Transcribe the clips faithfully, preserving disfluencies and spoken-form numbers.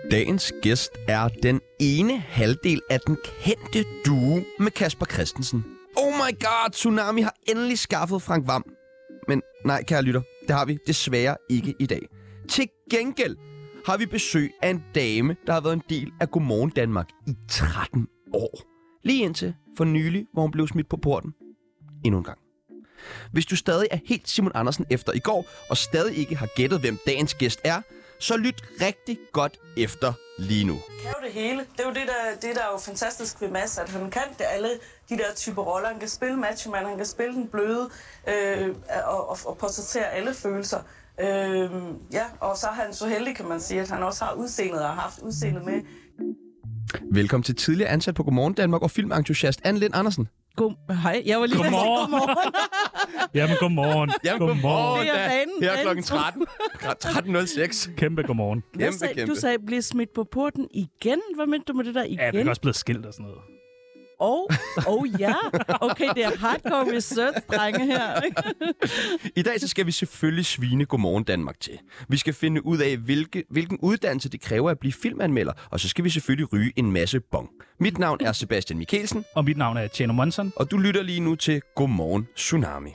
Dagens gæst er den ene halvdel af den kendte duo med Casper Christensen. Oh my god, Tsunami har endelig skaffet Frank Hvam. Men nej, kære lytter, det har vi desværre ikke i dag. Til gengæld har vi besøg af en dame, der har været en del af Godmorgen Danmark i tretten år. Lige indtil for nylig, hvor hun blev smidt på porten. Endnu en gang. Hvis du stadig er helt Simon Andersen efter i går, og stadig ikke har gættet, hvem dagens gæst er, så lyt rigtig godt efter lige nu. Kan jo det hele. Det er jo det, der, det, der er jo fantastisk ved Mads, at han kan det alle de der typer roller. Han kan spille matchman, han kan spille den bløde øh, og, og, og portrættere alle følelser. Øh, ja, og så er han så heldig, kan man sige, at han også har udseendet og har haft udseendet med. Velkommen til tidligere ansat på Godmorgen Danmark og filmentusiast Anne Lind Andersen. God, hej, jeg var lige godmorgen. Godmorgen. Jamen, godmorgen. Jamen, godmorgen. Det er banen. Her er klokken tretten. tretten nul seks. Kæmpe godmorgen. Kæmpe, sagde, kæmpe. Du sagde, blive smidt på porten igen. Hvad mente du med det der igen? Ja, vi er også blevet skilt og sådan noget. Åh, oh, oh, ja. Okay, det er hardcore research, drenge her. Ikke? I dag så skal vi selvfølgelig svine Godmorgen Danmark til. Vi skal finde ud af, hvilke, hvilken uddannelse det kræver at blive filmanmelder, og så skal vi selvfølgelig ryge en masse bong. Mit navn er Sebastian Mikkelsen. Og mit navn er Tjeno Monson. Og du lytter lige nu til Godmorgen Tsunami.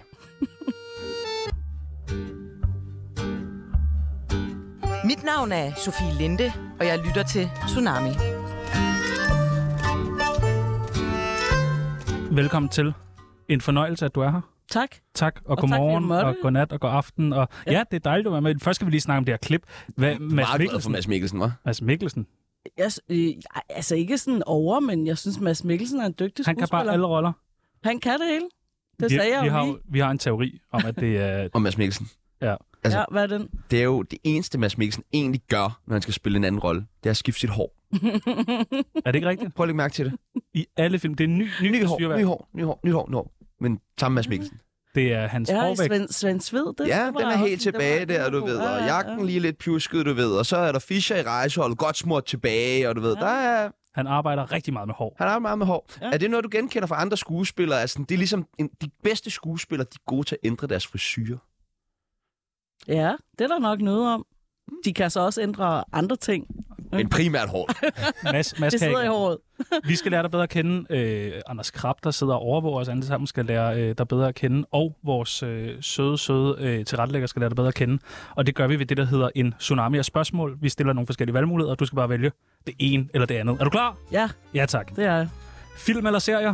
Mit navn er Sofie Linde, og jeg lytter til Tsunami. Velkommen til. En fornøjelse, at du er her. Tak. Tak, og, Og godmorgen, tak, og godnat, og god aften. Og ja. ja, det er dejligt at være med. Først skal vi lige snakke om det her klip. Hvad, Mads Meget glad for Mikkelsen. Mads Mikkelsen, hva'? Mads Mikkelsen. Jeg, øh, altså ikke sådan over, men jeg synes, Mads Mikkelsen er en dygtig Han kan skuespiller. bare alle roller. Han kan det hele. Det vi, sagde jeg vi jo har, lige. vi har en teori om, at det er... Og Mads Mikkelsen. ja. Altså, Ja, hvad er den? det er jo det eneste, Mads Mikkelsen egentlig gør, når han skal spille en anden rolle. Det er at skifte sit hår. Er det ikke rigtigt? Prøv at lægge mærke til det. I alle film. Det er en ny, ny, Ny hår, frisyrvalg. ny hår, ny hår, ny hår, ny hår. Men sammen Mads Mikkelsen. Det er hans Ja, hårvægt. Svend, Svend Sved. Det Ja, var den er også- helt det tilbage var- der, du ved. Ja, Og ja, jakken ja. lige lidt pjusket, du ved. Og så er der Fischer i rejseholdet, godt smurt tilbage, og du ved, Ja. der er... Han arbejder rigtig meget med hår. Han har meget med hår. Ja. Er det noget, du genkender fra andre skuespillere? Altså, det er ligesom en, de bedste skuespillere, de er gode til at ændre deres frisyrer. Ja, det er der nok noget om. De kan så også ændre andre ting. Men primært hår. Mads, Mads Det sidder i Hagen. håret. Vi skal lære dig bedre at kende. Øh, Anders Krab, der sidder og overvåger os alle sammen, skal lære øh, dig bedre at kende. Og vores øh, søde, søde øh, tilrettelægger skal lære dig bedre at kende. Og det gør vi ved det, der hedder en tsunami af spørgsmål. Vi stiller nogle forskellige valgmuligheder, og du skal bare vælge det ene eller det andet. Er du klar? Ja, Ja, tak. det er jeg. Film eller serier?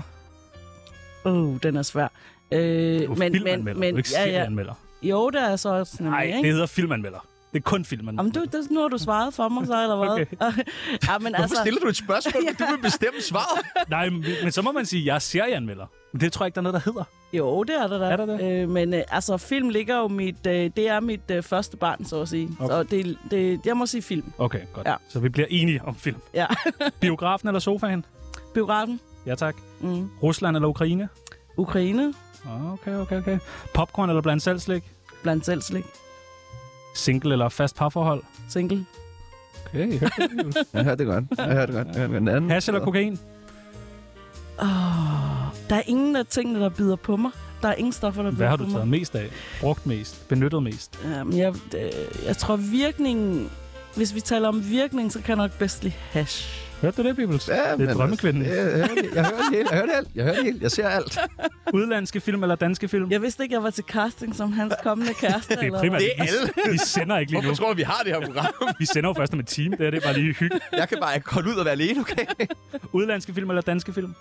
Åh, oh, den er svær. Øh, Du er men, filmanmelder, men, du men, er ikke ja, ja. serieanmelder. Jo, der er så også sådan Nej, en, det ikke? hedder filmanmelder. Det er kun filmanmelder. Jamen, du, det, nu har du svaret for mig, så, eller hvad? Okay. ja, men Hvorfor altså, stiller du et spørgsmål, men du vil bestemme svaret? Nej, men, men så må man sige, at jeg er serieanmelder. Men det tror jeg ikke, der er noget, der hedder. jo, det er der da. Er der det? Øh, men øh, altså, film ligger jo mit, øh, det er mit øh, første barn, så at sige. Okay. Så det, det, jeg må sige film. Okay, godt. Ja. Så vi bliver enige om film. Ja. Biografen eller sofaen? Biografen. Ja, tak. Mm. Rusland eller Ukraine? Ukraine. Okay, okay, okay. Popcorn eller blandt selv slik? Blandt selv slik. Single eller fast parforhold? Single. Okay. Jeg hørte det godt. Jeg hørte det godt. Jeg hørte det godt. Hash eller kokain? Oh, der er ingen af tingene, der bider på mig. Der er ingen stoffer, der bider Hvad har på du mig. taget mest af? Brugt mest? Benyttet mest? Jamen, jeg, øh, jeg tror virkningen... Hvis vi taler om virkning, så kan jeg nok bedst lide hash. Hørte du det, Pibels? Ja, det er men drømmekvinden. altså, Jeg, jeg, hører det, jeg hører det hele. Jeg hører det alt. Jeg hører det hele. Jeg ser alt. Udlandske film eller danske film? Jeg vidste ikke, jeg var til casting som hans kommende kæreste. Det er primært. Det er alle. Vi sender ikke lige nu. Hvorfor tror du, vi har det her program? Vi sender jo først om et team. Det er det bare lige hygge. Jeg kan bare ikke holde ud og være alene, okay? Udlandske film eller danske film?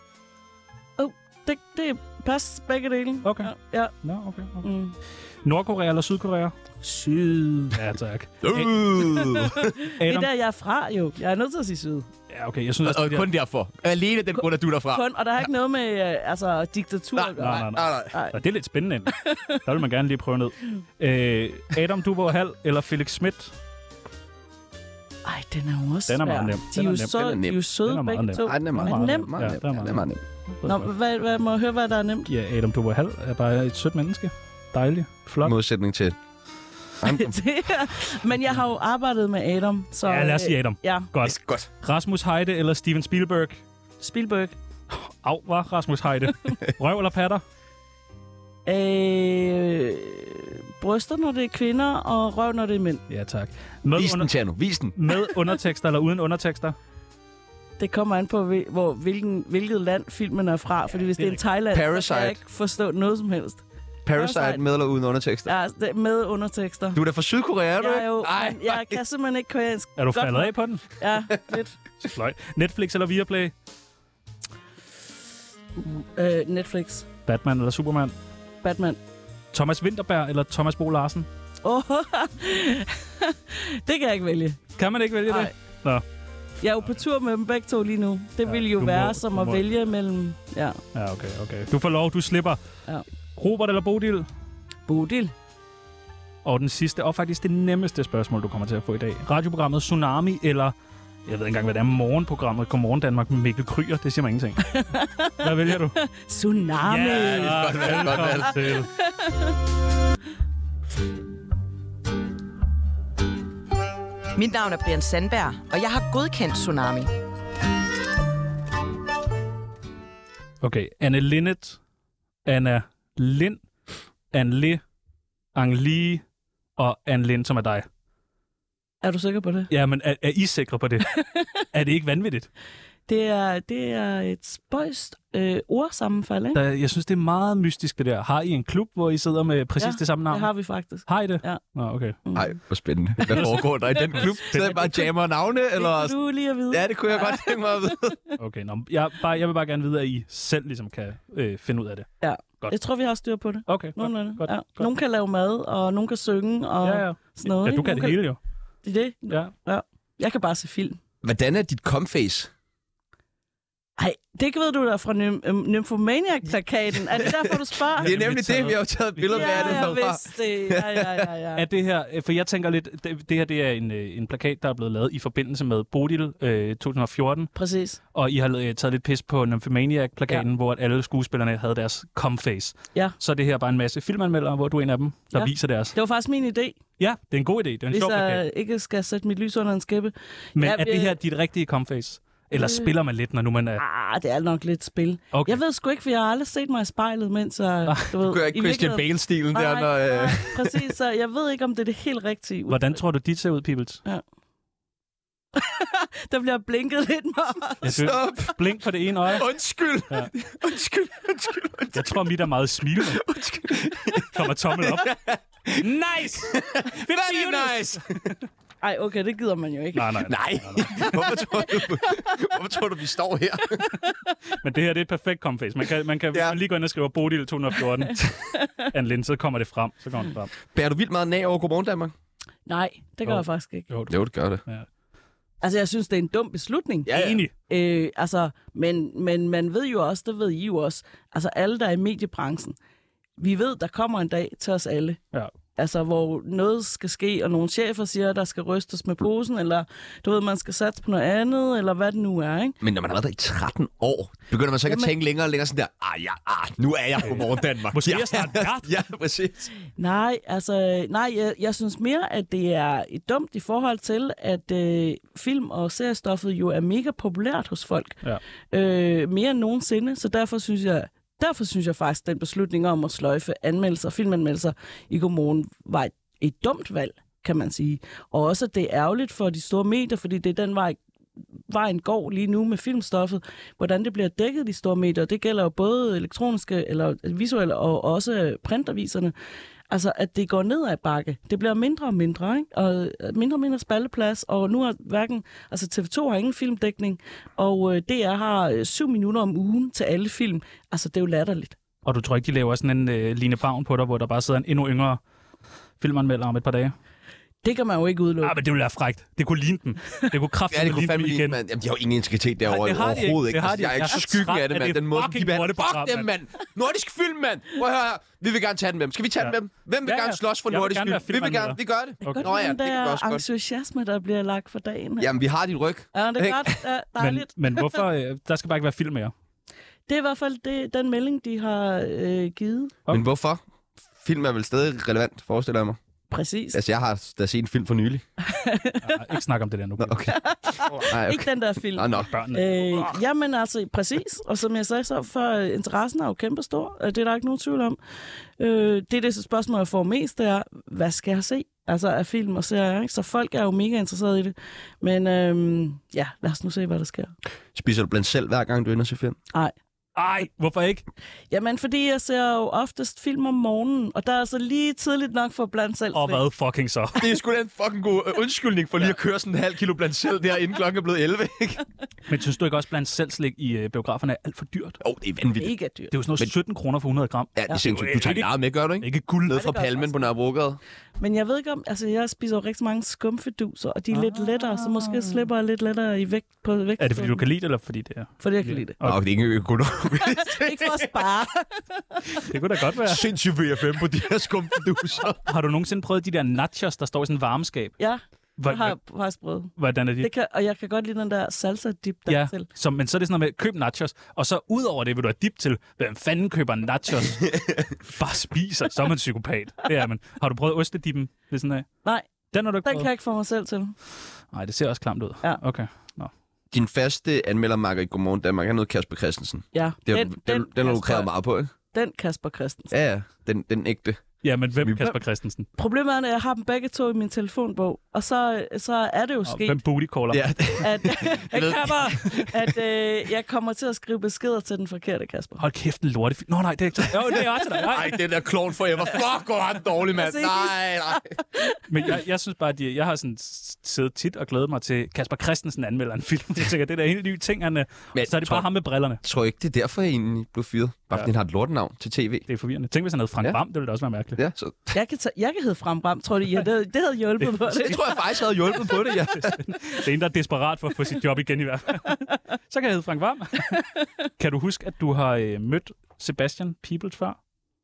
Det, det passer begge dele. Okay. Ja. ja. Nå, okay. okay. Mm. Nordkorea eller Sydkorea? Syd. Ja, tak. Uh. Det er Adam? der, jeg er fra, jo. Jeg er nødt til at sige syd. Ja, okay. Jeg synes også, Og det kun derfor. Alene den grund, at du er derfra. Kun, og der er ikke noget med øh, altså, diktatur. Nej, at gøre. nej, nej. Nej, nej. Nej. der... Det er lidt spændende. Der vil man gerne lige prøve ned. Øh, Adam Duborg Hall eller Felix Schmidt? Ej, den er jo også Den er meget svær. nem. De Den er er jo, nem. så, Den er de nem. er jo søde Den er meget begge nem. to. Ej, den er meget Er den nem? Meget Ja, nem. den er meget Den er meget nem. Nå, hvad, hvad, må jeg høre, hvad der er nemt? Ja, Adam Duborg Hall er bare et sødt menneske. Dejlig. Flot. I modsætning til... Det er, men jeg har jo arbejdet med Adam, så... Ja, lad os sige Adam. Øh, ja, Godt. Godt. Rasmus Heide eller Steven Spielberg? Spielberg. Au, var Rasmus Heide. Røv eller patter? Øh, bryster, når det er kvinder, og røv, når det er mænd. Ja, tak. Med, Vis den, under, Tjerno. Vis den. med undertekster eller uden undertekster? Det kommer an på, hvil- hvor, hvilken, hvilket land filmen er fra. Fordi hvis det det er er en Thailand, så Parasite. kan jeg ikke forstå noget som helst. Parasite Parasite. med eller uden undertekster? Ja, det er med undertekster. Du er da fra Sydkorea, er du Jeg, ikke? er jo, Ej, men jeg kan simpelthen ikke koreansk. Er du Godt faldet nok. af på den? Ja, lidt. Fløjt. Netflix eller Viaplay? Øh, Netflix. Batman eller Superman? Batman. Thomas Vinterberg eller Thomas Bo Larsen? Oh, det kan jeg ikke vælge. Kan man ikke vælge Nej. det? Nå. Jeg er jo på tur med dem begge to lige nu. Det Ja, ville jo du være må- som du at må. vælge mellem... Ja, Ja, okay, okay. Du får lov, du slipper. Ja. Robert eller Bodil? Bodil. Og den sidste, og faktisk det nemmeste spørgsmål, du kommer til at få i dag. Radioprogrammet Tsunami eller... Jeg ved ikke engang, hvad det er. Morgenprogrammet Godmorgen Danmark med Mikkel Kryger. Det siger mig ingenting. Hvad vælger du? Tsunami. Ja, godt valg, godt valg. velkommen til. Mit navn er Brian Sandberg, og jeg har godkendt Tsunami. Okay, Anne Linnet, Anna Lind, Anne Le, Angli og Anne Lind, som er dig. Er du sikker på det? Ja, men er, er I sikre på det? Er det ikke vanvittigt? Det er, det er et spøjst øh, ordsammenfald, ikke? Der, jeg synes, det er meget mystisk, det der. Har I en klub, hvor I sidder med præcis Ja, det samme navn? det har vi faktisk. Har I det? Ja. Nå, okay. Nej, hvor spændende. Hvad foregår der i den klub? Sidder jeg bare og jammer navne, eller... Det kunne du lige at vide. Ja, det kunne jeg godt tænke mig at vide. Okay, nå, jeg, bare, jeg vil bare gerne vide, at I selv ligesom kan øh, finde ud af det. Ja. Godt. Jeg tror, vi har styr på det. Okay, Nogle af godt. det. godt, Ja. godt. Nogen kan lave mad, og nogen kan synge, og Ja, ja. sådan noget. Ja, du ikke? kan Nogen det hele jo. Det er det. Ja. Ja. Jeg kan bare se film. Hvordan er dit comface? Ej, det ved du da fra Nym- øhm, Nymphomaniac-plakaten. Er det derfor, du spørger? Det er nemlig det, vi har jo taget billeder ja, af det jeg herfra. vidste det. Ja, ja, ja, ja. Er det her, for jeg tænker lidt, det, det her det er en, øh, en plakat, der er blevet lavet i forbindelse med Bodil øh, to tusind og fjorten, Præcis. og I har øh, taget lidt pis på Nymphomaniac-plakaten, ja. hvor at alle skuespillerne havde deres comface. Ja. Så er det her bare en masse filmanmeldere, hvor du er en af dem, der Ja. viser deres. Det var faktisk min idé, Ja, det er en god idé. Det er en hvis sjov plakat. jeg ikke skal sætte mit lys under en skæppe. Men Ja, er vi- det her dit rigtige comface? Eller Øh. spiller man lidt, når nu man er... Ah, det er nok lidt spil. Okay. Jeg ved sgu ikke, for jeg har aldrig set mig i spejlet, mens jeg... Du ved, Du gør ikke i Christian virkeligheden- Bale-stilen der, Nej, når... Øh... nej, præcis. Så jeg ved ikke, om det er det helt rigtige. Hvordan tror du, dit ser ud, Pibels? Der bliver blinket lidt mere. Jeg synes, Stop! blink på det ene øje. Undskyld! Ja. Undskyld, undskyld, undskyld. Jeg tror, mit er meget smilende. Undskyld. Kommer tommel op. Nice! Very nice! Ej, okay, det gider man jo ikke. Nej, nej, nej. Nej, hvorfor tror du, hvorfor tror du vi står her? Men det her, det er et perfekt comface. Man kan, man kan Ja. ja. lige gå ind og skrive Bodil to tusind og fjorten. Anne Lind, så kommer det frem. Så kommer det frem. Bærer du vildt meget nag over Godmorgen Danmark? Nej, det gør Jo. jeg faktisk ikke. Jo, du. Jo, det gør det. Ja. Altså, jeg synes, det er en dum beslutning. Ja, ja. Enig. Øh, altså, men, men man ved jo også, det ved I jo også, altså alle, der er i mediebranchen, vi ved, der kommer en dag til os alle. Ja. Altså, hvor noget skal ske, og nogle chefer siger, der skal rystes med posen, eller du ved, man skal satse på noget andet, eller hvad det nu er, ikke? Men når man har været der i tretten år, begynder man så ikke Jamen- at tænke længere og længere sådan der, ah ja, ah, nu er jeg på Morgen Danmark. Måske ja, er jeg snart vært. Ja, præcis. Nej, altså, nej, jeg, jeg synes mere, at det er dumt i forhold til, at øh, film- og seriestoffet jo er mega populært hos folk. Ja. Øh, mere end nogensinde, så derfor synes jeg, derfor synes jeg faktisk, at den beslutning om at sløjfe anmeldelser, filmanmeldelser i Godmorgen var et, et dumt valg, kan man sige. Og også, at det er ærgerligt for de store medier, fordi det er den vej, vejen går lige nu med filmstoffet, hvordan det bliver dækket de store medier. Det gælder jo både elektroniske eller visuelle og også printaviserne. Altså, at det går ned ad bakke. Det bliver mindre og mindre, ikke? Og mindre og mindre spalteplads, og nu har hverken... Altså, T V to har ingen filmdækning, og øh, D R har øh, syv minutter om ugen til alle film. Altså, det er jo latterligt. Og du tror ikke, de laver sådan en øh, Line Bavn på dig, hvor der bare sidder en endnu yngre filmanmelder om et par dage? Det kan man jo ikke udelukke. Ah, men det ville være frækt. Det kunne ligne dem. Det kunne kraftigt Ja, det kunne ligne dem fandme igen. lige, mand. Jamen, de har jo ingen integritet derovre Nej, det har de overhovedet ikke. ikke. Det har Altså, de jeg er ikke. ikke så Jeg er skyggen træt af det, af mand. det Den måde, fucking de behandler. lorteprogram, Fuck dem, mand. Nordisk film, mand. Prøv at høre. Vi vil gerne tage den med dem. Skal vi tage Ja. den med dem? Hvem vil Ja, ja. gerne slås for Jeg vil nordisk gerne film? være Vi vil gerne. Vi gør det. Okay. Nå ja, den det kan vi der også godt. entusiasme, der bliver lagt for dagen her. Jamen, vi har dit ryg. Ja, det er Ikke? godt. Ja, Men, dejligt. men hvorfor? Øh, der skal bare ikke være film mere. Det er i hvert fald det, den melding, de har øh, givet. Men hvorfor? Film er vel stadig relevant, forestiller jeg mig. Præcis. Altså, jeg har da set en film for nylig. Ja, ikke snak om det der nu. Nå, okay. Nej, okay. Ikke den der film. Nå, nå. Øh, jamen altså, præcis. Og som jeg sagde så før, interessen er jo kæmpestor. Det er der ikke nogen tvivl om. Øh, det er det spørgsmål, jeg får mest, det er, hvad skal jeg se? Altså af film og serier, ikke? Så folk er jo mega interesserede i det. Men øhm, ja, lad os nu se, hvad der sker. Spiser du blandt selv, hver gang du er inde og ser film? Nej. Ej, hvorfor ikke? Jamen, fordi jeg ser jo oftest film om morgenen, og der er altså lige tidligt nok for blandt selv. Og hvad fucking så? Det er sgu da en fucking god øh, undskyldning for lige at køre sådan en halv kilo blandt selv der, inden klokken er blevet elleve, ikke? Men synes du ikke også, blandt selv slik i øh, biograferne er alt for dyrt? Åh, oh, det er vanvittigt. Mega dyrt. Det er jo sådan noget sytten kroner for hundrede gram. Ja, det er sindssygt. Du tager Ikke- meget med, gør du ikke? Ikke guld. Nede fra det gør jeg Palmen også. på Nørrebrogade. Men jeg ved ikke om, altså jeg spiser jo rigtig mange skumfiduser, og de er ah. lidt lettere, så måske slipper jeg lidt lettere i vægt på vægt. Er det, fordi du kan lide det, eller fordi det er? Fordi jeg kan lide det. Nå, det er ikke økonomisk. Ikke for at spare. Det kunne da godt være. Sindssygt V F M på de her skumfiduser. Har du nogensinde prøvet de der nachos, der står i sådan en varmeskab? Ja, Hvor- det har jeg faktisk prøvet. Hvordan er de? Det kan, og jeg kan godt lide den der salsa-dip der Ja, til. så, men så er det sådan noget med, køb nachos, og så ud over det vil du have dip til. Hvem fanden køber nachos? Bare spiser, så er man psykopat. Det er man. Har du prøvet ostedippen? Det er sådan af? Nej, Den har du ikke den prøvet? kan jeg ikke få mig selv til. Nej, det ser også klamt ud. Ja. Okay. Nå. Din faste anmeldermarker i Godmorgen Danmark, han hed Kasper Christensen. Ja, Det, den, den, den, den har du Kasper- krævet meget på, ikke? Den Kasper Christensen. Ja, ja. Den, den ægte. Ja, men hvem Vi- Kasper Christensen? Problemet er, at jeg har dem begge to i min telefonbog, og så, så er det jo Og sket, hvem booty caller? Ja, at, jeg, ved- kommer, at øh, jeg kommer til at skrive beskeder til den forkerte Kasper. Hold kæft, en lorte. Nå nej, det er ikke til. Jo, det er også til dig. Nej. Ej, den der Clone Forever. Fuck, hvor er den dårlig, mand. Præcis. Nej, nej. Men jeg, jeg synes bare, at jeg har sådan s- siddet tit og glædet mig til Kasper Christensen anmelder en film. Jeg tænker, det er da en af de ting, han, Men så er det tror- bare ham med brillerne. Jeg tror ikke, det er derfor, jeg egentlig blev fyret. Bare fordi Ja. han har et lortenavn til tv. Det er forvirrende. Tænk, hvis han hed Frank Ja. Bam, det ville da også være mærkeligt. Ja, så Jeg kan, tage, jeg kan hedde Frem Bram, tror du? Ja, det, det havde hjulpet på det. det tror jeg faktisk havde hjulpet på det, ja. Det er en, der er desperat for at få sit job igen i hvert fald. Så kan jeg hedde Frank Vam. Kan du huske, at du har øh, mødt Sebastian Peebles før?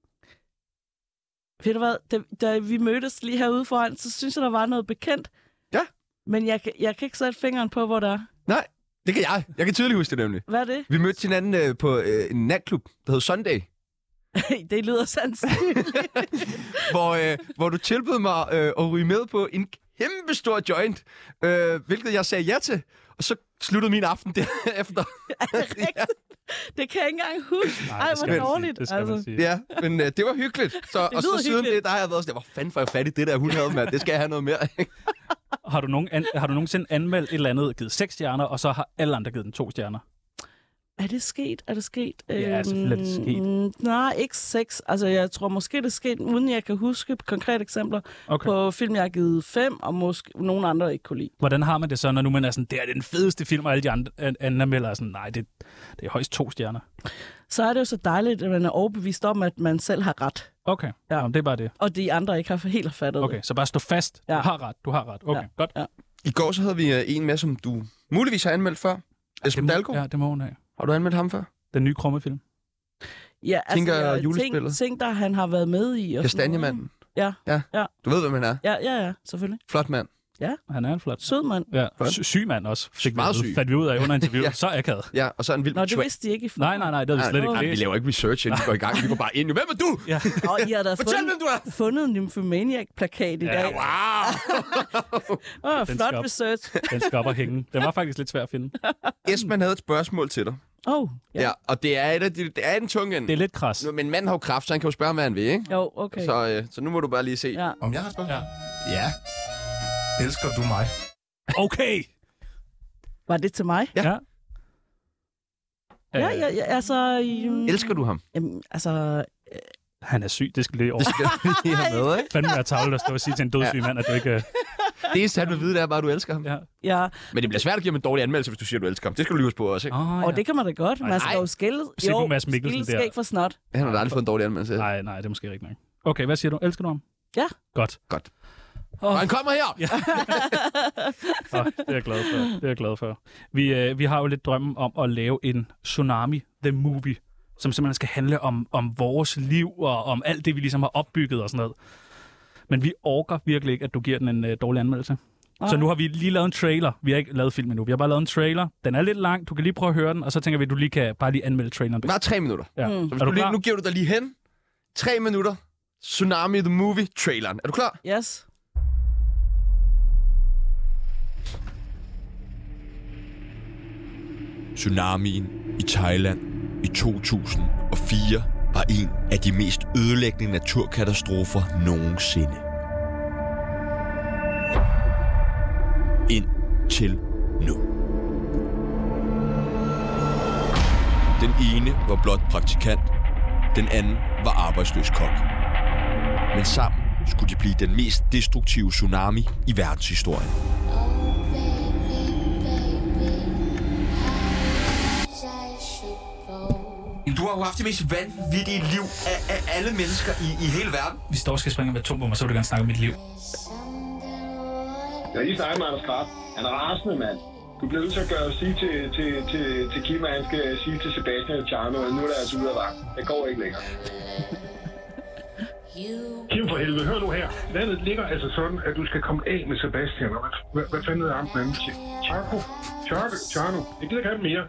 Ved du hvad, da, da vi mødtes lige herude foran, så synes jeg, der var noget bekendt. Ja. Men jeg, kan- jeg kan ikke sætte fingeren på, hvor der er. Nej, det kan jeg. Jeg kan tydeligt huske det nemlig. Hvad er det? Vi mødte hinanden øh, på øh, en natklub, der hed Sunday, Det lyder sandsynligt. hvor, øh, hvor du tilbød mig øh, at ryge med på en kæmpe stor joint, øh, hvilket jeg sagde ja til. Og så sluttede min aften derefter. Det kan jeg ikke engang huske. Nej, Ej, det skal hvor man sige. dårligt. Det skal man Altså. sige. Ja, men øh, det var hyggeligt. Så, og så lyder siden hyggeligt. det, der har jeg været sådan, hvor fanden får jeg fat i det der, hun havde, mand. Det skal jeg have noget mere. Har du, nogen an, har du nogensinde anmeldt et eller andet, givet seks stjerner, og så har alle andre givet den to stjerner? Er det sket? Er det sket? Ja, selvfølgelig er det sket. Mm, nej, ikke seks. Altså, jeg tror måske, det er sket, uden jeg kan huske konkrete eksempler Okay. på film, jeg har givet fem, og måske nogle andre ikke kunne lide. Hvordan har man det så, når nu man er sådan, det er den fedeste film, og alle de andre an- anmelder er sådan, nej, det, det er højst to stjerner. Så er det jo så dejligt, at man er overbevist om, at man selv har ret, Okay, Ja. ja. Jamen, det er bare det. og de andre ikke har helt fattet Okay, så bare stå fast. Ja. Du har ret, du har ret. Okay, Ja. godt. Ja. I går så havde vi øh, en med, som du muligvis har anmeldt før. Esben må- Dalgaard. Ja, det må hun have. Har du anmeldt ham før? Den nye krummefilm. Ja, Tænker jeg- julespillet. Ting, ting, der han har været med i. Og sådan noget. Kastanjemanden. Ja, Ja. Ja. Du ved, hvem han er. ja, ja, ja, selvfølgelig. Flot mand. Han er en flot. Sød mand. Ja, Flot. sy- syg mand også. Fik vi Meget at vide. syg. Fandt vi ud af under interviewet. Ja. ja. Så akavet. Ja, og så er han vild Nå, med det tra- vidste de ikke i Nej, nej, nej, det havde vi Nej, slet ikke nej, vi læst. laver ikke research, inden vi går i gang. Vi går bare ind. Hvem er du? Ja. Og I har da Fortæl, fundet, hvem du er! fundet en Nymphomaniac-plakat i Ja, dag. Wow! Åh, Den flot skal op. research. Den skal op og hænge. Den var faktisk lidt svær at finde. Esben havde et spørgsmål til dig. Åh, oh, Ja, ja. og det er, et af de, det er en tung ende. Det er lidt kras. Nu, men manden har jo kraft, så han kan jo spørge, hvad han vil, ikke? Jo, okay. Så, øh, så nu må du bare lige se. Ja. Om jeg har spørgsmål? Ja. Ja. Elsker du mig? Okay! Var det til mig? Ja. Ja. Ja, Øh, ja, ja altså... Um, Elsker du ham? Jamen, altså... Han er syg, det skal lige over. Det skal vi lige have med, ikke? Fandme være tavlet at stå og sige til en dødssyg mand, at du ikke... øh, Det eneste, han vil vide, det er bare, at du elsker ham. Ja. Ja, Men det bliver svært at give ham en dårlig anmeldelse, hvis du siger, at du elsker ham. Det skal du lige huske på også, ikke? Oh, og det kan man da godt. Man skal Nej. jo skille... Se på Jo, Mads Mikkelsen skille der. skal ikke for snot. Han har da aldrig fået en dårlig anmeldelse. Nej, nej, det er måske ikke nok. Okay, hvad siger du? Elsker du ham? Ja. Godt. Godt. Oh. Og han kommer her! Ja. oh, det er jeg glad for. Det er jeg glad for. Vi, øh, vi har jo lidt drømmen om at lave en Tsunami The Movie, som simpelthen skal handle om, om vores liv og om alt det, vi ligesom har opbygget og sådan noget. Men vi orker virkelig ikke, at du giver den en øh, dårlig anmeldelse. Nej. Så nu har vi lige lavet en trailer. Vi har ikke lavet film endnu. Vi har bare lavet en trailer. Den er lidt lang. Du kan lige prøve at høre den, og så tænker vi, at du lige kan bare lige anmelde traileren. Bare tre minutter. Ja. Mm. Så hvis Er du du lige, klar? nu giver du dig lige hen. Tre minutter. Tsunami the Movie traileren. Er du klar? Yes. Tsunamien i Thailand i to tusind og fire var en af de mest ødelæggende naturkatastrofer nogensinde. Indtil nu. Den ene var blot praktikant, den anden var arbejdsløs kok. Men sammen skulle de blive den mest destruktive tsunami i verdenshistorien. Du har jo haft det mest vanvittige liv af, af alle mennesker i, i hele verden. Hvis du også skal springe med atombomber, så vil du gerne snakke om mit liv. Jeg har lige snakket med Anders Krab. Han er rasende, mand. Du bliver nødt til at gøre sige til, til, til, til Kim, at han skal sige til Sebastian og Tjerno, at nu er der altså ude af vagten. Det går ikke længere. Kim, for helvede, hør nu her. Landet ligger altså sådan, at du skal komme af med Sebastian. Og hvad, hvad fanden er ham den anden? Tjerno? Tjerno? Tjerno? Jeg gider ikke have mere.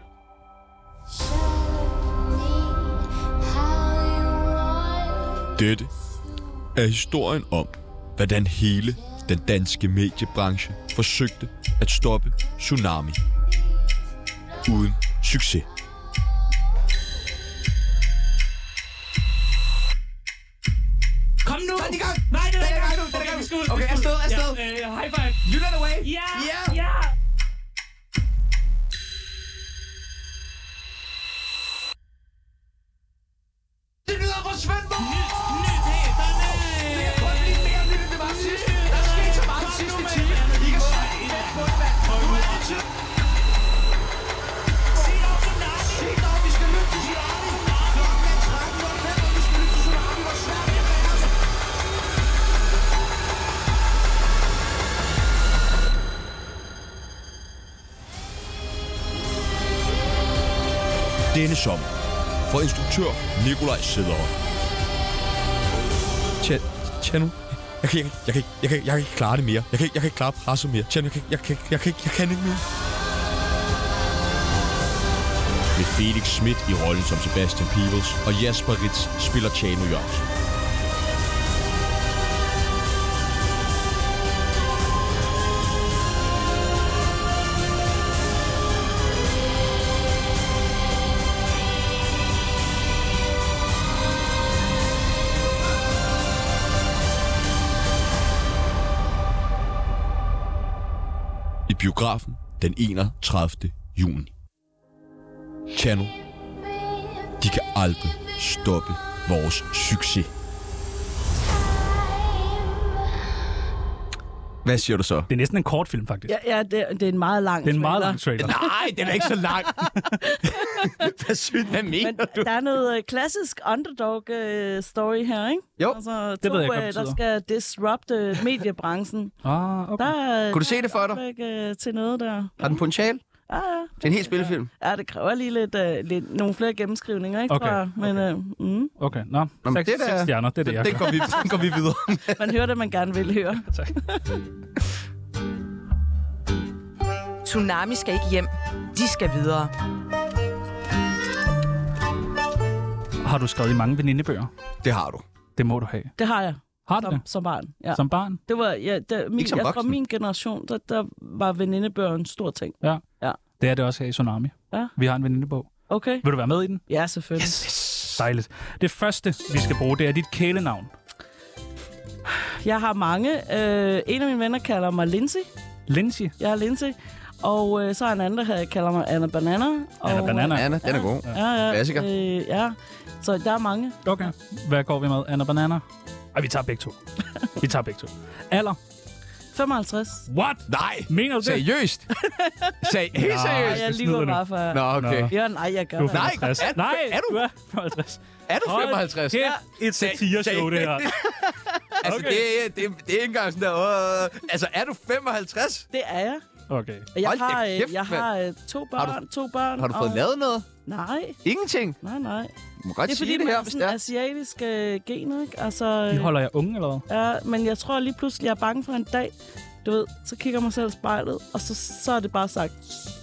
Dette er historien om, hvordan hele den danske mediebranche forsøgte at stoppe Tsunami. Uden succes. Kom nu! Den er i gang! Nej, det er Den er i gang nu! Okay, Den er i gang. vi skal ud. Okay, vi skal afsted, ud. afsted. Ja, øh, high five. Jylland away! Ja! Ja! Ja! Det lyder for Svendborg! Nyt, nyhederne! Det er kun lige mere nyt, end det var sidst. Der skete så meget sidste time. I kan se i den bundvand. Nu er det tid. Sig dog Tsunami! Sig dog, vi skal lytte til Tsunami! Klokken er tretten nul fem, og vi skal lytte til Tsunami. Hvor svært det er. Denne sommer for instruktør Nikolaj Sæderup. Tjen, Tjano, jeg kan, jeg, jeg, kan, jeg, kan, jeg kan ikke klare det mere. Jeg kan, jeg kan ikke klare presset mere. Tjano, jeg kan, jeg, kan, jeg, kan, jeg kan ikke mere. Med Felix Schmidt i rollen som Sebastian Peebles, og Jasper Ritz spiller Tjano Jørgensen. I biografen den enogtredivte juni. Tjano, de kan aldrig stoppe vores succes. Hvad siger du så? Det er næsten en kortfilm, faktisk. Ja, ja det, det er en meget lang Det er en meget trailer. lang trailer. Nej, den er ikke så lang. Hvad synes Hvad mener Men du? der er noget øh, klassisk underdog-story her, ikke? Jo, altså, det to, ved jeg ikke, hvad øh, det der betyder. skal disrupte mediebranchen. Ah, okay. Der, Kunne du se det for dig? dig? Til noget der. Har den potentiale? Ja, ja. Det er en helt spillefilm. Ja, det kræver lige lidt, uh, lidt nogle flere gennemskrivninger, ikke? Okay, Tror jeg. Men okay. uh, mm, Okay, nå. Nå, men Seks, det der- seks stjerner, det er det, jeg Den gør. går vi, den går vi videre. man hører det, man gerne vil høre. Tak. Tsunami skal ikke hjem. De skal videre. Har du skrevet i mange venindebøger? Det har du. Det må du have. Det har jeg Har du som, det? som barn. Ja. Som barn? Det var, ja, der, min, Ikke som jeg tror, voksen. min generation, der, der var venindebøger en stor ting. Ja. Ja. Det er det også her i Tsunami. Ja. Vi har en venindebog. Okay? Vil du være med i den? Ja, selvfølgelig. Yes. Dejligt. Det første, vi skal bruge, det er dit kælenavn. Jeg har mange. Øh, en af mine venner kalder mig Lindsay. Lindsay. Jeg er Lindsay. Og øh, så er en anden, der kalder mig Anna Banana. Og, Anna Banana. Anna, den er god. Ja, ja. Klassiker. Øh, ja. Så der er mange. Okay. Hvad går vi med? Anna Banana? Ej, vi tager begge to. Vi tager begge to. Alder? femoghalvtreds. What? Nej, Mener du det? seriøst? Sag, helt Nej. seriøst? Ja, jeg snyder lyver du. bare for... Nå, okay. Nå. Ja, nej, jeg gør Du er det. Nej, femoghalvtreds. er- Nej, er du? du er femoghalvtreds. Er du femoghalvtreds? Hold kæft, et satireshow, det her. Altså, Okay. det, det, det er ikke engang sådan der... Øh, altså, er du femoghalvtreds? Det er jeg. Okay. Jeg Hold da har, øh, kæft, jeg mand. har øh, to børn. Har du- to børn. Har du fået og... lavet noget? Nej, Ingenting? nej, nej. Du må godt Det er sige fordi, det man her, er hvis sådan det er. asiatiske gener, ikke? Altså, De øh, holder jeg unge, eller hvad? ja, men jeg tror lige pludselig, jeg er bange for en dag, du ved, så kigger jeg mig selv i spejlet, og så, så er det bare sagt,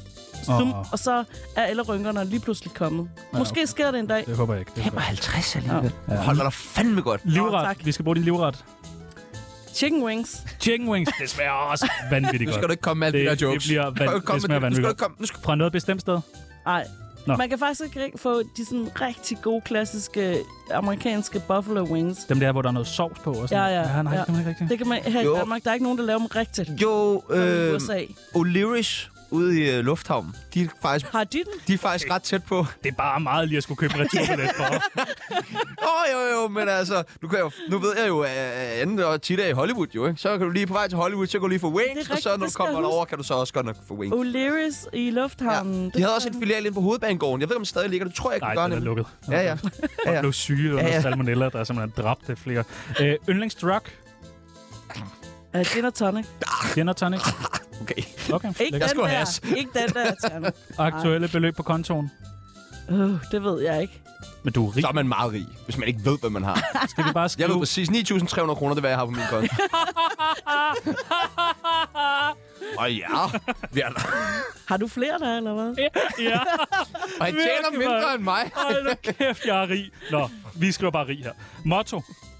Zoom, Åh. og så er alle rynkerne lige pludselig kommet. Ja, Måske okay. sker det en dag. Det håber jeg ikke. Det håber jeg femoghalvtreds alligevel. Ja. Holder dig fandme godt. ikke. Livret. Åh, tak. Vi skal bruge din livret. Chicken wings. Chicken wings. Det smager også vanvittigt Nu godt. skal du ikke komme med alle de Det- der jokes. det bliver van- Du skal ikke komme det smager med- nu skal du vanvittigt ikke komme- nu skal- Fra noget bestemt sted? Nej. Nå. Man kan faktisk ikke rigtig få de sådan rigtig gode, klassiske amerikanske buffalo wings. Dem der, hvor der er noget sovs på og sådan. Ja, ja, ja nej, ja. det kan man ikke rigtig. Det kan man her Jo. i Danmark. Der er ikke nogen, der laver dem rigtigt. Jo, Som i øh, U S A. O'Learys ude i uh, lufthavnen, de er, faktisk, Har de den? de er faktisk ret tæt på. Det er bare meget lige at skulle købe en returbillet for. Åh, oh, jo, jo, men altså, nu, kan jeg jo, nu ved jeg jo, at anden og tit er i Hollywood, jo, ikke? Så kan du lige på vej til Hollywood, så kan du lige få wings, rigtigt, og så når det du skal kommer jeg derover, kan du så også godt nok få wings. O'Learys i lufthavnen. De havde også en filial inde på Hovedbanegården. Jeg ved ikke, om det stadig ligger. Det tror jeg ikke, Nej, det gør den er nemlig. lukket. Ja, ja. Og ja. blev syge under Ja, ja. salmonella, der er simpelthen dræbt det flere. Øh, yndlingsdrug? Uh, gin og tonic. Gin og tonic? Okay. Okay. Ikke lækkert. den skulle der. has. Ikke den der, tonic. Aktuelle beløb på kontoen? Uh, det ved jeg ikke. Men du er rig. Så er man meget rig, hvis man ikke ved, hvad man har. Skal vi bare Jeg skrive... ved præcis ni tusind tre hundrede kroner, det er, hvad jeg har på min konto. Og ja, vi er der. Har du flere der, eller hvad? Ja. Og han tjener Virkelig, mindre mand. end mig. Hold nu kæft, jeg er rig. Nå, vi skriver bare rig her. Motto?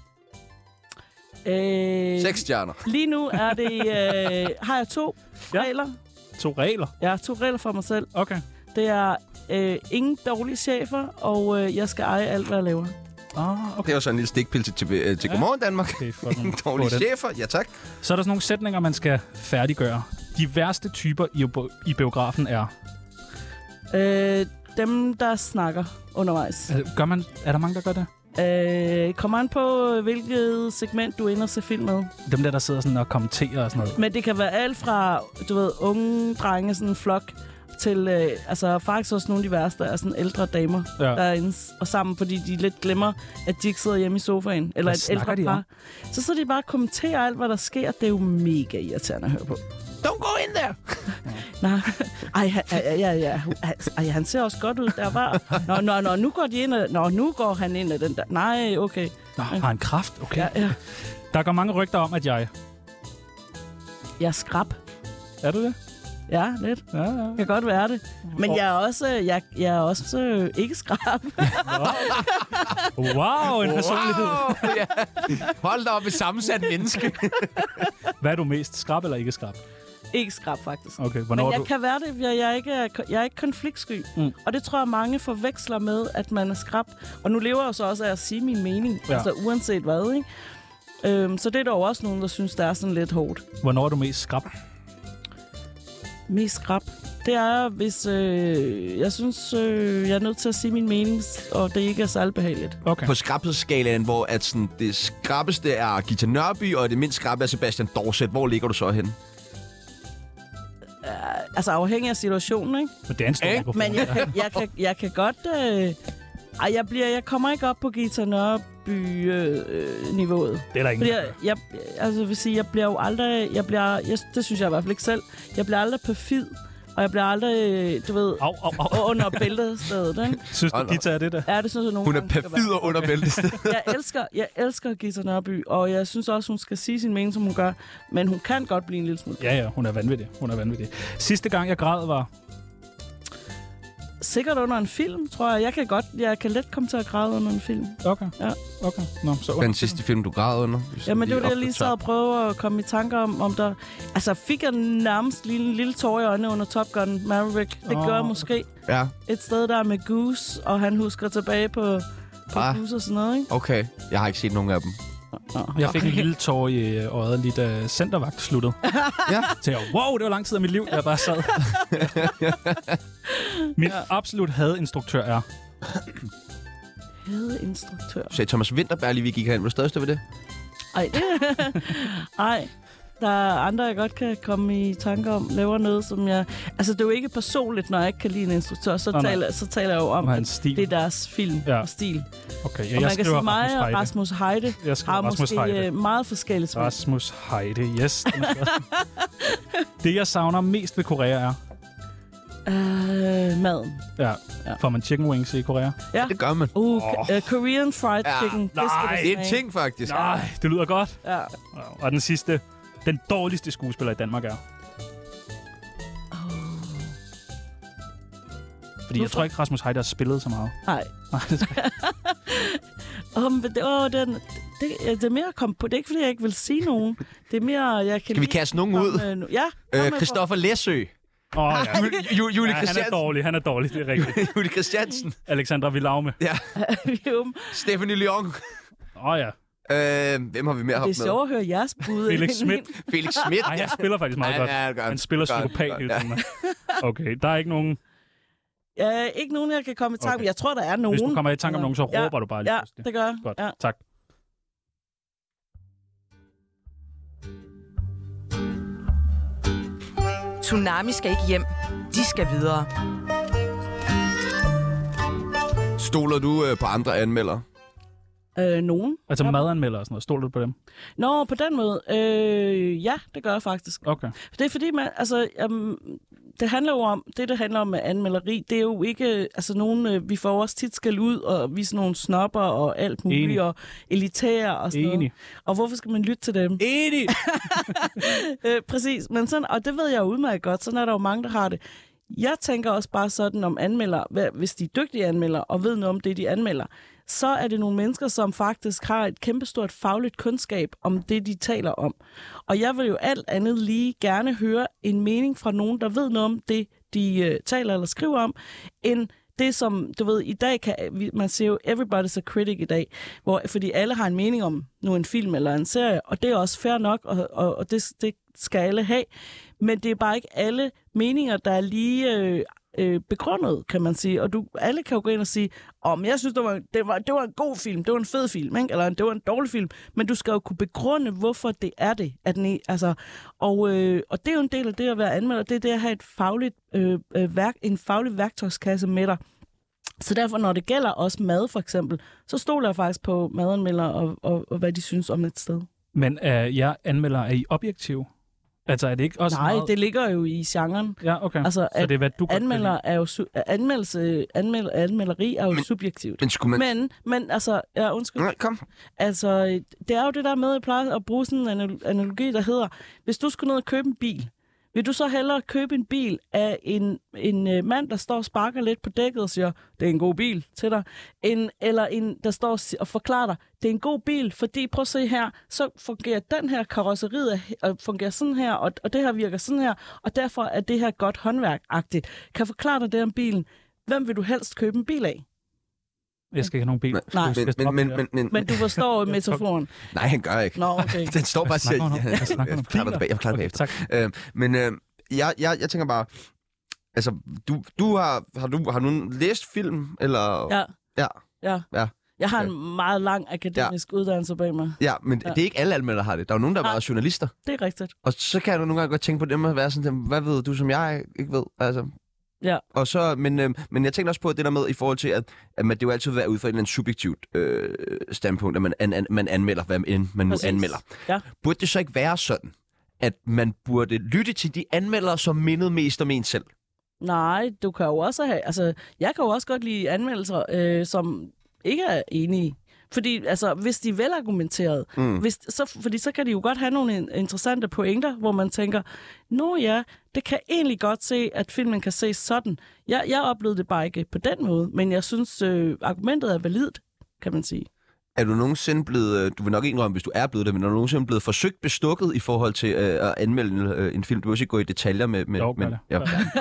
Øh, Seks stjerner. lige nu er det... Øh, har jeg to Ja. regler. To regler? Jeg har to regler for mig selv. Okay. Det er øh, ingen dårlige chefer, og øh, jeg skal eje alt, hvad jeg laver. Ah, okay. Det er jo sådan en lille stikpil til, til, til Ja. Godmorgen Danmark. Okay, fuck, man Dårlige får den. chefer, ja tak. Så er der sådan nogle sætninger, man skal færdiggøre. De værste typer i, i biografen er... Øh, dem, der snakker undervejs. Er, gør man, er der mange, der gør det? Øh, kommer an på, hvilket segment du ender og se film med. Dem der, der sidder sådan og kommenterer og sådan noget. Men det kan være alt fra, du ved, unge drenge, sådan en flok, til øh, altså faktisk også nogle af de værste er sådan ældre damer, Ja. der er inde og sammen, fordi de lidt glemmer, at de ikke sidder hjemme i sofaen. Eller Hvad et snakker ældre de om? par. Så sidder de bare og kommenterer alt, hvad der sker. Det er jo mega irriterende at høre på. Don't go in there. Nej, ej, han- ja, ja, ja. Ej, han ser også godt ud der var. Nå, nå, nå, nu går de ind ad, nå, nu går han ind ad den der. Nej, okay. Nå, har han kraft? Okay. Ja, ja. Der går mange rygter om, at jeg... Jeg er skrab. Er du det? Ja, lidt. Ja, ja. Det kan godt være det. Men jeg er også, jeg, jeg er også øh, ikke skrab. Wow, en personlighed. Wow, ja. Hold da op med sammensat menneske. Hvad er du mest? Skrab eller ikke skrab? Ikke skrab, faktisk. Okay, Men hvornår er jeg du... kan være det, jeg, jeg, er ikke, jeg er ikke konfliktsky. Mm. Mm. Og det tror jeg, mange forveksler med, at man er skrab. Og nu lever jeg jo så også af at sige min mening. Ja. Ja. Altså uanset hvad, ikke? Øhm, så det er der jo også nogen, der synes, det er sådan lidt hårdt. Hvornår er du mest skrab? Mest skrab. Det er, hvis øh, jeg synes, øh, jeg er nødt til at sige min mening, og det ikke er særlig behageligt. Okay. På skrabhedsskalaen, hvor at sådan, det skrappeste er Gita Nørby, og det mindst skrabbe er Sebastian Dorset. Hvor ligger du så henne? Altså afhængig af situationen, ikke? Men det er en stor Ikke? mikrofon. Men jeg kan, jeg kan, jeg kan godt... Øh, ej, jeg, bliver, jeg kommer ikke op på Gita Nørby-niveauet. Det er der ingen. Fordi jeg, jeg, altså, jeg vil sige, jeg bliver jo aldrig... Jeg bliver, jeg, det synes jeg i hvert fald ikke selv. Jeg bliver aldrig perfid, og jeg bliver aldrig, du ved, Au, au, au. under bæltestedet, ikke? Synes du, Hold da. Gita er det der? Ja, det synes jeg nogle Hun er gange skal perfid være. og under bæltestedet. Jeg elsker, jeg elsker Gita Nørby, og jeg synes også, hun skal sige sin mening, som hun gør. Men hun kan godt blive en lille smule. Ja, ja, hun er vanvittig. Hun er vanvittig. Sidste gang, jeg græd, var... Sikkert under en film, tror jeg. Jeg kan godt, jeg kan let komme til at græde under en film. Okay. Ja. Okay. Nå, så... Den sidste film, du græd under? Jamen, det var det, jeg lige sad og prøvede at komme i tanker om, om der... Altså, fik jeg nærmest lige en lille tår i øjnene under Top Gun Maverick. Det Åh. gør jeg måske. Ja, Et sted der med Goose, og han husker tilbage på, på Ah. Goose og sådan noget, ikke? okay. Jeg har ikke set nogen af dem. Nå. Jeg fik en lille tår i øh, øjet, lige da centervagt sluttede. Ja. Så jeg, wow, det var lang tid af mit liv, jeg bare sad. Min Ja. absolut hadinstruktør er... Hedeinstruktør. Så Thomas Winterberg lige, vi gik hen. Vil du stadig stå ved det? Ej, det... Ej. Der er andre, jeg godt kan komme i tanker om, laver noget, som jeg... Altså, det er jo ikke personligt, når jeg ikke kan lide en instruktør. Så, Nå, nej. taler, så taler jeg jo om, Om at hans stil. det er deres film Ja. og stil. Okay, ja, Og jeg man kan skriver sige, mig og Rasmus Heide. Rasmus Heide Jeg skriver har Rasmus måske Heide. øh, meget forskellige smag. Rasmus Heide, yes. den er flot. Det, jeg savner mest ved Korea er... Øh, maden. Ja, Ja. får man chicken wings i Korea? Ja. Det gør man. Uh, Åh. oh. uh, Korean fried Ja. chicken. Det skal Nej, du Det er en smage. ting, faktisk. Nej, det lyder godt. Ja. Og den sidste. Den dårligste skuespiller i Danmark er... Fordi jeg tror ikke, Rasmus Heider har spillet så meget. Nej. Nej, det tror jeg Åh, men det, åh, den, det, det er mere at komme på. Det er ikke, fordi jeg ikke vil sige nogen. Det er mere, jeg kan Skal vi kaste nogen ud? Med, ja. Øh, Christoffer Læsø. Åh, oh, ja. Ju- Ju- Julie ja, han er dårlig, han er dårlig, det er rigtigt. Julie Christiansen. Alexandra Villaume. Ja. Stephanie Lyon. Åh oh, ja. Øh, hvem har vi mere haft med? Det er sjovt at høre jeres bud. Felix Schmidt. Felix Schmidt. Nej, han spiller faktisk meget ja, godt. Ja, godt. Han spiller godt, psykopat godt, hele tiden. Ja. Okay, der er ikke nogen... Ja, ikke nogen, jeg kan komme i tanke om. Okay. Jeg tror, der er nogen. Hvis du kommer i tanke om nogen, så ja. råber du bare lige. Ja, det gør jeg. Godt, ja. tak. Tsunami skal ikke hjem. De skal videre. Stoler du øh, på andre anmeldere? Øh, nogen. Altså ja. Madanmelder og sådan noget. Stoler du på dem? Nå, på den måde. Øh, ja, det gør jeg faktisk. Okay. Det er fordi, man, altså, um, det handler jo om, det det handler om med anmelderi, det er jo ikke, altså nogen, øh, vi får også tit skal ud og vise nogle snopper og alt muligt, Enig. og elitære og sådan Enig. noget. Og hvorfor skal man lytte til dem? Enig! øh, præcis, men sådan, og det ved jeg jo udmærket godt, sådan er der jo mange, der har det. Jeg tænker også bare sådan om anmelder, hvis de er dygtige anmelder og ved noget om det, de anmelder, så er det nogle mennesker, som faktisk har et kæmpestort fagligt kundskab om det, de taler om. Og jeg vil jo alt andet lige gerne høre en mening fra nogen, der ved noget om det, de uh, taler eller skriver om, end det, som, du ved, i dag kan, man siger jo, everybody's a critic i dag, hvor, fordi alle har en mening om nu en film eller en serie, og det er også fair nok, og, og, og det, det skal alle have. Men det er bare ikke alle meninger, der er lige øh, øh, begrundet, kan man sige. Og du, alle kan jo gå ind og sige, om oh, jeg synes, det var, det, var, det var en god film, det var en fed film, ikke? Eller det var en dårlig film. Men du skal jo kunne begrunde, hvorfor det er det. At den, altså, og, øh, og det er jo en del af det at være anmelder. Det er det at have et fagligt, øh, øh, værk, en faglig værktøjskasse med dig. Så derfor, når det gælder også mad for eksempel, så stoler jeg faktisk på madanmeldere og, og, og hvad de synes om et sted. Men er jeg anmelder, er I objektiv? Altså er det ikke også Nej, meget... det ligger jo i genren. Ja, okay. Altså, så det er, hvad du anmelder er jo su- anmeldelse, anmeld, anmelderi er jo men, subjektivt. Men, skulle man... men, men altså, ja, undskyld. Nej, kom. Altså, det er jo det der med, at jeg plejer at bruge sådan en analogi, der hedder, hvis du skulle ned og købe en bil, vil du så hellere købe en bil af en, en uh, mand, der står og sparker lidt på dækket og siger, det er en god bil til dig, en, eller en, der står og forklarer dig, det er en god bil, fordi prøv at se her, så fungerer den her karosseriet og fungerer sådan her, og, og det her virker sådan her, og derfor er det her godt håndværkagtigt. Kan jeg forklare dig det om bilen? Hvem vil du helst købe en bil af? Jeg skal ikke have nogen bil. Nej, men, men, men, men, men, men du forstår metaforen. Nej, han gør ikke. Nå, okay. Den står bare og siger, jeg, jeg, jeg, jeg klarer dig tilbage, jeg klarer dig okay, bagefter. Øh, men øh, jeg, jeg, jeg tænker bare, altså, du, du har, har, du, har du læst film, eller? Ja. Ja. Ja. ja. Jeg har ja. en meget lang akademisk ja. uddannelse bag mig. Ja, men ja. det er ikke alle anmeldere, der har det. Der er jo nogen, der Nej. er bare journalister. Det er rigtigt. Og så kan jeg nogle gange godt tænke på dem at være sådan, hvad ved du, som jeg ikke ved? Altså. Ja. Og så, men, øh, men jeg tænkte også på det der med, i forhold til, at, at man, det jo altid vil være ud fra et eller andet subjektivt øh, standpunkt, at man, an, an, man anmelder, hvad man, man nu Præcis. anmelder. Ja. Burde det så ikke være sådan, at man burde lytte til de anmeldere, som mindede mest om en selv? Nej, du kan jo også have... Altså, jeg kan jo også godt lide anmeldelser, øh, som ikke er enige. Fordi, altså, hvis de er velargumenteret, mm. hvis, så, fordi så kan de jo godt have nogle interessante pointer, hvor man tænker, nå ja, det kan egentlig godt se, at filmen kan ses sådan. Jeg, jeg oplevede det bare ikke på den måde, men jeg synes, øh, argumentet er validt, kan man sige. Er du nogensinde blevet, du vil nok ikke indrømme, hvis du er blevet det, men er du nogensinde blevet forsøgt bestukket i forhold til øh, at anmelde øh, en film? Du vil også ikke gå i detaljer med... med jo, men, ja.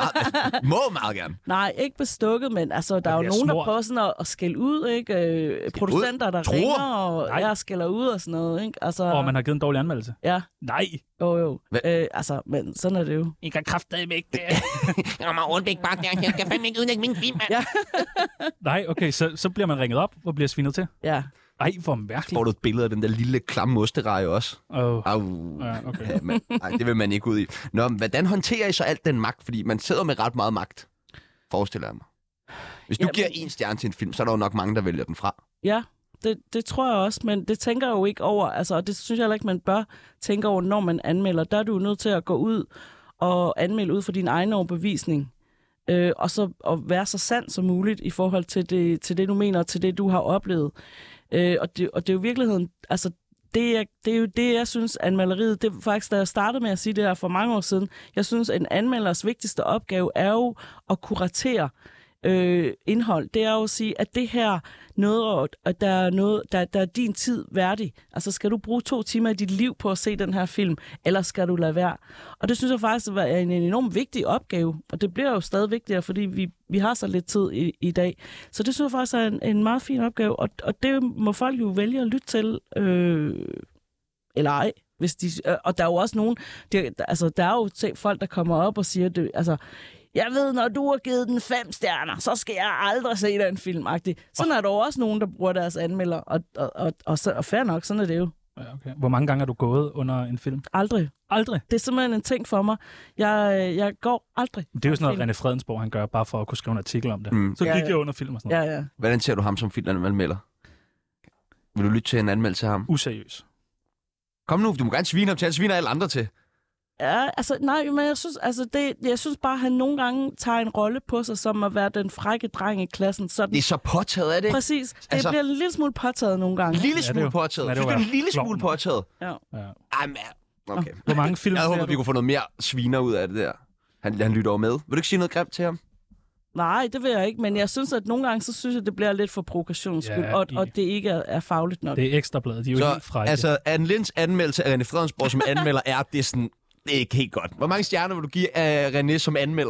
Må meget gerne. Nej, ikke bestukket, men altså, der er jo er nogen, små. der prøver sådan at, at skælde ud, ikke? Øh, producenter, der Tror. ringer, og Nej. jeg skælder ud og sådan noget, ikke? Altså, Og man har givet en dårlig anmeldelse. Ja, Nej! jo jo. Hva? Øh, altså, men sådan er det jo. I kan kraftedeme ikke det. Jeg må Rundbæk bare, jeg kan fandme ikke udlægge min film, mand. Ja. Nej, okay, så, så bliver man ringet op og bliver svinet til. Ja. Ej, hvor mærkeligt. Får du et billede af den der lille klamme ostereje også? Oh. Au. Ja, okay. Ja, men, ej, det vil man ikke ud i. Nå, men hvordan håndterer I så alt den magt? Fordi man sidder med ret meget magt, forestiller jeg mig. Hvis du Ja, giver men- en stjerne til en film, så er der jo nok mange, der vælger den fra. Ja, det, det tror jeg også, men det tænker jeg jo ikke over, altså, og det synes jeg heller ikke, man bør tænke over, når man anmelder. Der er du nødt til at gå ud og anmelde ud for din egen overbevisning, øh, og så at være så sand som muligt i forhold til det, til det du mener, og til det, du har oplevet. Øh, og, det, og det er jo i virkeligheden, altså, det er, det er jo det, jeg synes, anmelderiet, det er faktisk, da jeg startede med at sige det her for mange år siden, jeg synes, en anmelders vigtigste opgave er jo at kuratere øh, indhold, det er jo at sige, at det her noget, at der er noget, der, der er din tid værdig. Altså, skal du bruge to timer i dit liv på at se den her film, eller skal du lade være? Og det synes jeg faktisk er en enormt vigtig opgave, og det bliver jo stadig vigtigere, fordi vi, vi har så lidt tid i, i dag. Så det synes jeg faktisk er en, en meget fin opgave, og, og det må folk jo vælge at lytte til, øh, eller ej. Hvis de, og der er jo også nogen, der, altså, der er jo folk, der kommer op og siger, det, altså, jeg ved, når du har givet den fem stjerner, så skal jeg aldrig se den film -agtig. Sådan oh. er der jo også nogen, der bruger deres anmelder, og, og, og, og, så, og fair nok, sådan er det jo. Ja, okay. Hvor mange gange er du gået under en film? Aldrig. Aldrig? Det er simpelthen en ting for mig. Jeg, jeg går aldrig. Det er jo sådan noget, René Fredensborg han gør, bare for at kunne skrive en artikel om det. Mm. Så gik ja, ja. jeg under film og sådan noget. Ja, ja. Hvordan ser du ham som filmanmelder? Vil du lytte til en anmeldelse af ham? Useriøs. Kom nu, du må gerne svine ham til, han sviner alle andre til. Ja, altså, nej, men jeg synes, altså, det, jeg synes bare, at han nogle gange tager en rolle på sig, som at være den frække dreng i klassen. Sådan. Det er så påtaget, er det? Præcis. Det altså, bliver en lille smule påtaget nogle gange. En lille smule ja, påtaget? Ja, Synes du, det er en lille smule påtaget? Ja. ja. Ej, man. Okay. Hvor mange film Jeg ser håber, du? vi kunne få noget mere sviner ud af det der. Han, han lytter over med. Vil du ikke sige noget grimt til ham? Nej, det vil jeg ikke, men jeg synes, at nogle gange, så synes jeg, det bliver lidt for provokationsskyld, Ja, og, i- og det ikke er, er fagligt nok. Det er Ekstrabladet, de er jo Så helt frække. altså, Anne Linds anmeldelse af René Fredensborg som anmelder er, det er sådan, det er ikke helt godt. Hvor mange stjerner vil du give af René som anmelder?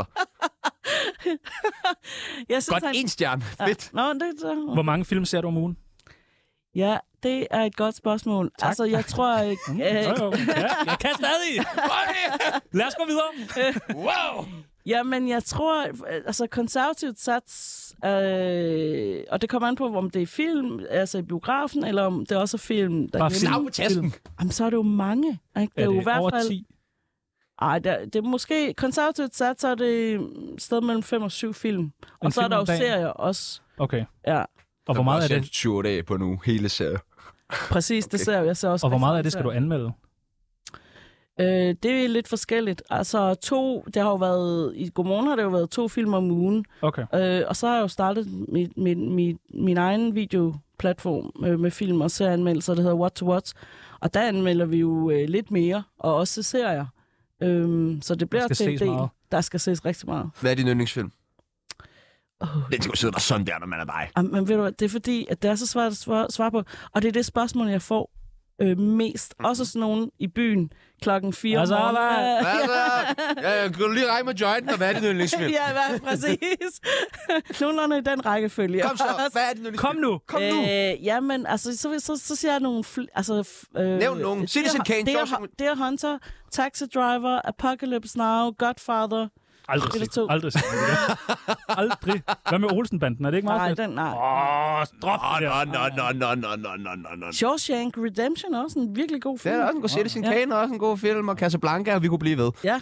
jeg synes, Godt han... én stjerne. Fedt. Ja. Nå, det, det... Hvor mange film ser du om ugen? Ja, det er et godt spørgsmål. Tak. Altså, jeg tror... Øh, Mm, jo, jo. Ja, jeg kan stadig! Lad os gå videre! Wow! Jamen, jeg tror, altså konservativt sats, øh, og det kommer an på, om det er film, altså i biografen, eller om det også er film Bare derhjemme. Slag på tasken. Jamen, så er det jo mange. Ikke? Det Er er jo i det hvert over fald... ti? Ej, det er, det er måske... Konservativt sats, så er det et sted mellem fem og syv film. Og En så er film der om jo dagen? serier også. Okay. Ja, Og hvor meget er det? syv dage på nu, hele serien. præcis, det ser jeg. jeg ser også Og hvor rigtig meget af det skal du serier. anmelde? Øh, det er lidt forskelligt. Altså to, det har jo været, i Godmorgen har det jo været to film om ugen. Okay. Øh, og så har jeg jo startet mit, mit, mit, min egen videoplatform med, med film og serieanmeldelser, der hedder What to Watch. Og der anmelder vi jo øh, lidt mere, og også serier. Øhm, så det bliver skal til en ses del. meget. Der skal ses rigtig meget. Hvad er din yndlingsfilm? Oh. Den skal jo sidde der sådan der, når man er dig. Jamen, men ved du hvad, det er fordi, at det er så svært at svare, svare på. Og det er det spørgsmål, jeg får øh, mest. Mm. Også sådan nogen i byen klokken fire om Altså, morgenen. Hvad så? Ja, ja, kan du lige række med jointen, og hvad er din yndlingsfilm? Ja, hvad, præcis. Nogenlunde i den rækkefølge. Kom så, hvad er din yndlingsfilm? Kom nu! Kom nu! Øh, jamen, altså, så, så, så siger jeg nogle... Fl- altså, f- øh, Nævn nogen. Citizen Kane, Deer, Shawshank- Deer Hunter, Taxi Driver, Apocalypse Now, Godfather. Aldrig Eller set. to. Aldrig set. Aldrig. Hvad med Olsenbanden? Er det ikke meget Nej, fedt? den, nej. Åh, oh, drop det der. Nå, nå, nå, nå, nå, nå, nå, nå. Shawshank Redemption er også en virkelig god Det film. er da også en god Citizen Ja. Kane, og også en god film, og Casablanca, og vi kunne blive ved. Ja.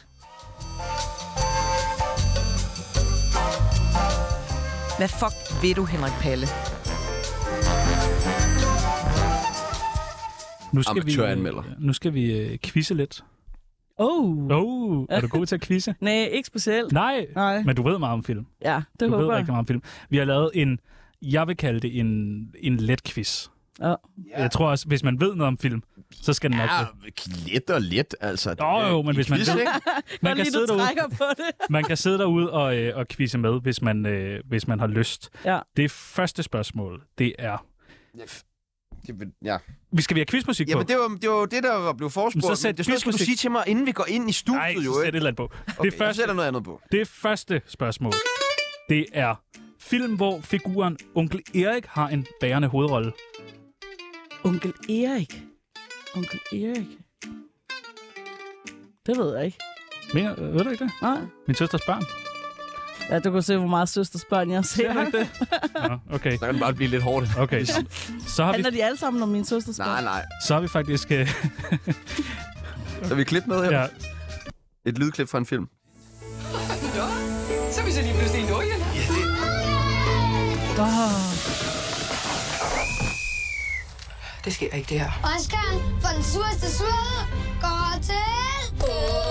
Hvad fuck ved du, Henrik Palle? Nu skal vi, Amatøranmelder. nu skal vi øh, quizze lidt. Oh. Oh, er du god til at quizze? Nej, ikke specielt. Nej, Nej. men du ved meget om film. Ja, det Du ved håber jeg. rigtig meget om film. Vi har lavet en, jeg vil kalde det en, en let quiz. Ja. Jeg tror også, hvis man ved noget om film, så skal den nok Ja, det. let og let, altså. Jo, jo, men hvis man- Quiz, ikke? Man Godt kan, lige, sidde du derude, trækker på det. man kan sidde derude og, øh, og quizze med, hvis man, øh, hvis man har lyst. Ja. Det første spørgsmål, det er... Ja. Vi skal vi have quizmusik på? Jamen, det var, det var det, der var blevet forespurgt. Men så sæt Men det er sådan noget, skal du quizmusik. sige til mig, inden vi går ind i studiet, Nej, jo, så sæt et ikke? eller andet på. Okay, det, første, jeg sætter noget andet på. det første spørgsmål, det er film, hvor figuren Onkel Erik har en bærende hovedrolle. Onkel Erik. Onkel Erik. Det ved jeg ikke. Mener, øh, ved du ikke det? Nej. Min søsters børn. Ja, du kan se, hvor meget søsters børn jeg ser. Ser du ikke det? Nå, okay. Så kan det bare blive lidt hårdt. Okay, så, så, har Handler vi, de alle sammen om min søsters børn? Nej, nej. så har vi faktisk... Øh, Så har vi klip med her. ja, Et lydklip fra en film. Så er vi så lige pludselig i Nordjylland. Det sker ikke, det her. Oscar for den sureste surede går til...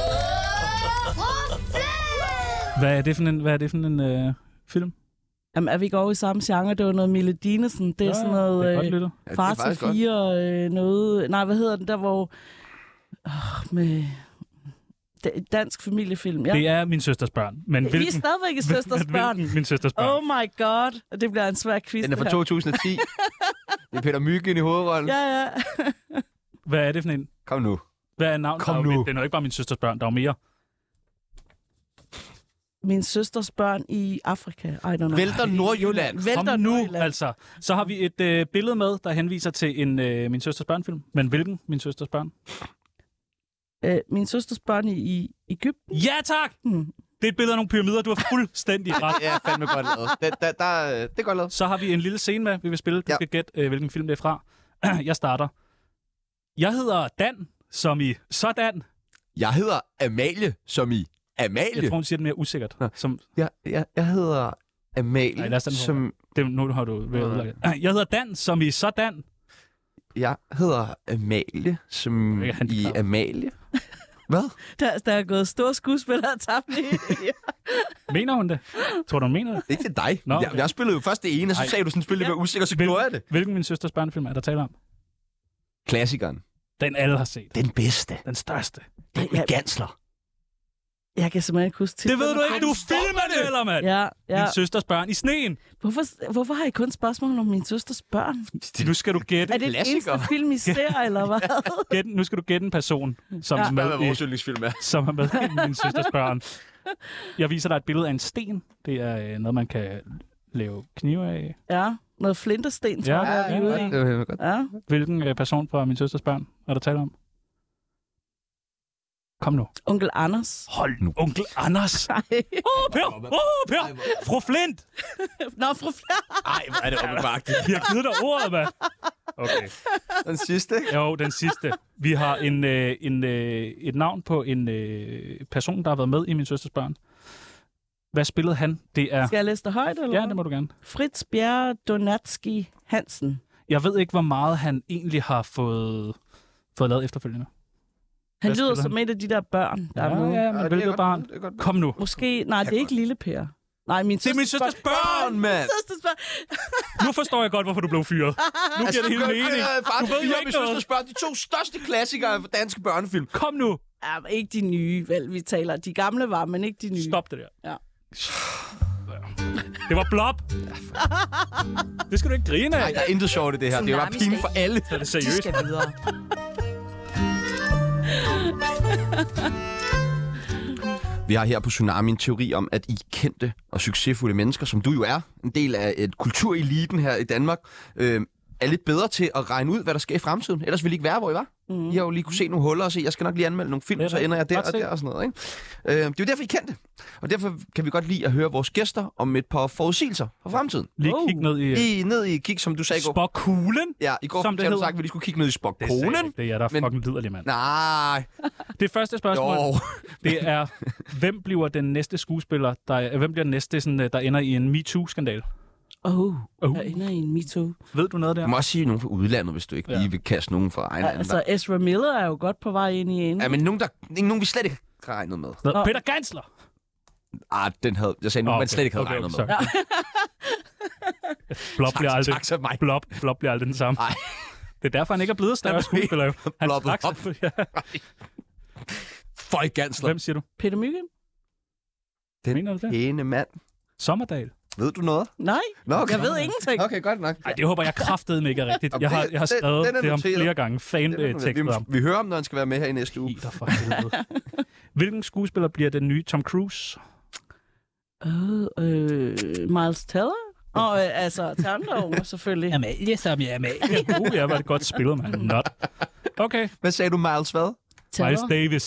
hvad er det for en, hvad er det for en øh, film? Jamen, er vi ikke over i samme genre? Det var noget Mille Dinesen. Det er Ja, sådan noget... det er godt øh, lyttet. Ja, det er Far til faktisk godt. fire, øh, noget... Nej, hvad hedder den? Der, hvor... Øh, med... Det er en dansk familiefilm, ja. Det er Min søsters børn. Men Vi hvilken, er stadigvæk i søsters børn. hvilken Min søsters børn? Oh my god. Og det bliver en svær quiz. Den er fra det to tusind og ti. Det er Peter Myggen i hovedrollen. Ja, ja. Hvad er det for en? Kom nu. Hvad er navnet? Kom Der er jo- nu. Det er jo ikke bare Min søsters børn, der er jo mere. Min søsters børn i Afrika. I don't know. Vælter Nordjylland. Vælter Kom nu, Nordjylland. altså. Så har vi et øh, billede med, der henviser til en øh, Min søsters børn-film. Men hvilken Min søsters børn? Øh, min søsters børn i, i Egypten. Ja, tak! Hmm. Det er et billede af nogle pyramider. Du har fuldstændig ret. Ja, fandme godt lavet. Det, der, der, det er godt lavet. Så har vi en lille scene med, vi vil spille. Du Ja. skal gætte, øh, hvilken film det er fra. Jeg starter. Jeg hedder Dan, som i sådan. Jeg hedder Amalie, som i Amalie. Jeg tror, hun siger det mere usikkert. Som, Jeg, jeg, jeg hedder Amalie, Nej, lad os tage den som... det, nu har du været ødelagt. Jeg hedder Dan, som i sådan. Jeg hedder Amalie, som Jeg er i handicappet. Amalie. Hvad? Der, der er gået store skuespillere og tabt i. Mener hun det? Tror du, hun mener det? Ikke til dig. Nå, jeg, okay. jeg spillede jo først det ene, og så Ej. sagde du sådan, spil det med usikker, så gjorde jeg det. Hvilken Min søsters børnefilm er der tale om? Klassikeren. Den alle har set. Den bedste. Den største. Den med Gansler. Jeg kan simpelthen ikke huske Det titlen. ved du ikke, du er filmanmelder, mand! Ja, ja. Min søsters børn i sneen. Hvorfor, hvorfor har I kun spørgsmål om min søsters børn? Nu skal du gætte. Er det den klassiker. eneste film, I ser, eller hvad? Gæt, nu skal du gætte en person, som Ja. er med Hvad i, vores yndlingsfilm er. som er med i Min søsters børn. Jeg viser dig et billede af en sten. Det er øh, noget, man kan lave knive af. Ja, noget flintesten, tror Ja, jeg, ja, vi er ude i. Det var godt. Ja. Hvilken øh, person fra Min søsters børn er der tale om? Kom nu. Onkel Anders. Hold nu. Onkel Anders. Nej. Åh, oh, Per! Åh, oh, Per! Fru Flint! Nå, fru Flint. Ej, hvor er det opbevagtigt. Vi har givet dig ordet, mand. Okay. Den sidste, ikke? Jo, den sidste. Vi har en, øh, en, øh, et navn på en øh, person, der har været med i Min søsters børn. Hvad spillede han? Det er... Skal jeg læse det højt, eller Ja, hvad? det må du gerne. Fritz Bjerre Donatski Hansen. Jeg ved ikke, hvor meget han egentlig har fået, fået lavet efterfølgende. Han Hvad lyder spiller som han? et af de der børn, der er med. Ja, ja, men hvilket barn? Kom nu. Måske... Nej, det er ikke Lille Per. Nej, min Det er min søsters børn, mand! Søsters børn. Nu forstår jeg godt, hvorfor du blev fyret. Nu giver det hele mening. Du ved jo ikke noget. Spørg, de to største klassikere for danske børnefilm. Kom nu. Ja, men ikke de nye, vel, vi taler. De gamle var, men ikke de nye. Stop det der. Ja. Det var Blob. Det skal du ikke grine af. Nej, der er intet sjovt i det her. Det er jo bare Tsunami pinligt for alle. Så er det De seriøst. skal videre. Vi har her på Tsunami en teori om, at I kendte og succesfulde mennesker, som du jo er, en del af et kultureliten her i Danmark, øh, er lidt bedre til at regne ud, hvad der sker i fremtiden. Ellers ville I ikke være, hvor I var. Mm. I har jo lige kunne se nogle huller og se, jeg skal nok lige anmelde nogle film, så ender jeg der Godt og set. der og sådan noget. Ikke? Øh, det er jo derfor, I kendte. Og derfor kan vi godt lide at høre vores gæster om et par forudsigelser for fremtiden. Lige kig ned i... Lige ned i kig, som du sagde i går. Spokkuglen. Ja, i går som det fortalte du hedder. sagt, at vi lige skulle kigge ned i Det sagde jeg Spokkonen. ikke. Det er jeg, der er Men- fucking liderlig, mand. Nej. Det første spørgsmål, Jo. det er, hvem bliver den næste skuespiller, der, hvem bliver den næste, sådan, der ender i en MeToo-skandal? Oh, Oh. jeg ender i en MeToo. Ved du noget der? Du må også sige nogen fra udlandet, hvis du ikke Ja. lige vil kaste nogen fra egen Ja, land. altså, Ezra Miller er jo godt på vej ind i en. Ja, men nogen, der, ikke nogen, vi slet ikke har regnet med. Nå, Nå. Peter Gansler. Ah, den havde, jeg sagde nogen, Åh, man slet ikke havde okay, regnet okay, med. Blob bliver Tak, aldrig, tak så mig. Blob, Blob bliver aldrig den samme. Nej. Det er derfor, han ikke er blevet større Han er skuespiller. jo. Han blobbet trak sig- Ja. Føj Gansler. Hvem siger du? Peter Myggen? Den Mener du det? pæne mand. Sommerdal. Ved du noget? Nej, Nå, okay. jeg ved ingenting. Okay, godt nok. Nej, det håber jeg kraftedeme ikke er rigtigt. Jeg har, jeg har Den- skrevet den er det om noteret. flere gange. Det er det, Fan-tekstet vi, om. vi hører om, når han skal være med her i næste uge. Peter for helvede. Hvilken skuespiller bliver den nye Tom Cruise? Øh, øh, Miles Teller? Og øh, altså, Tørndov selvfølgelig. Amalie, som jeg er Amalie. Uh, jeg var det godt spillet, man. Not. Okay. Hvad sagde du, Miles hvad? Miles Davis.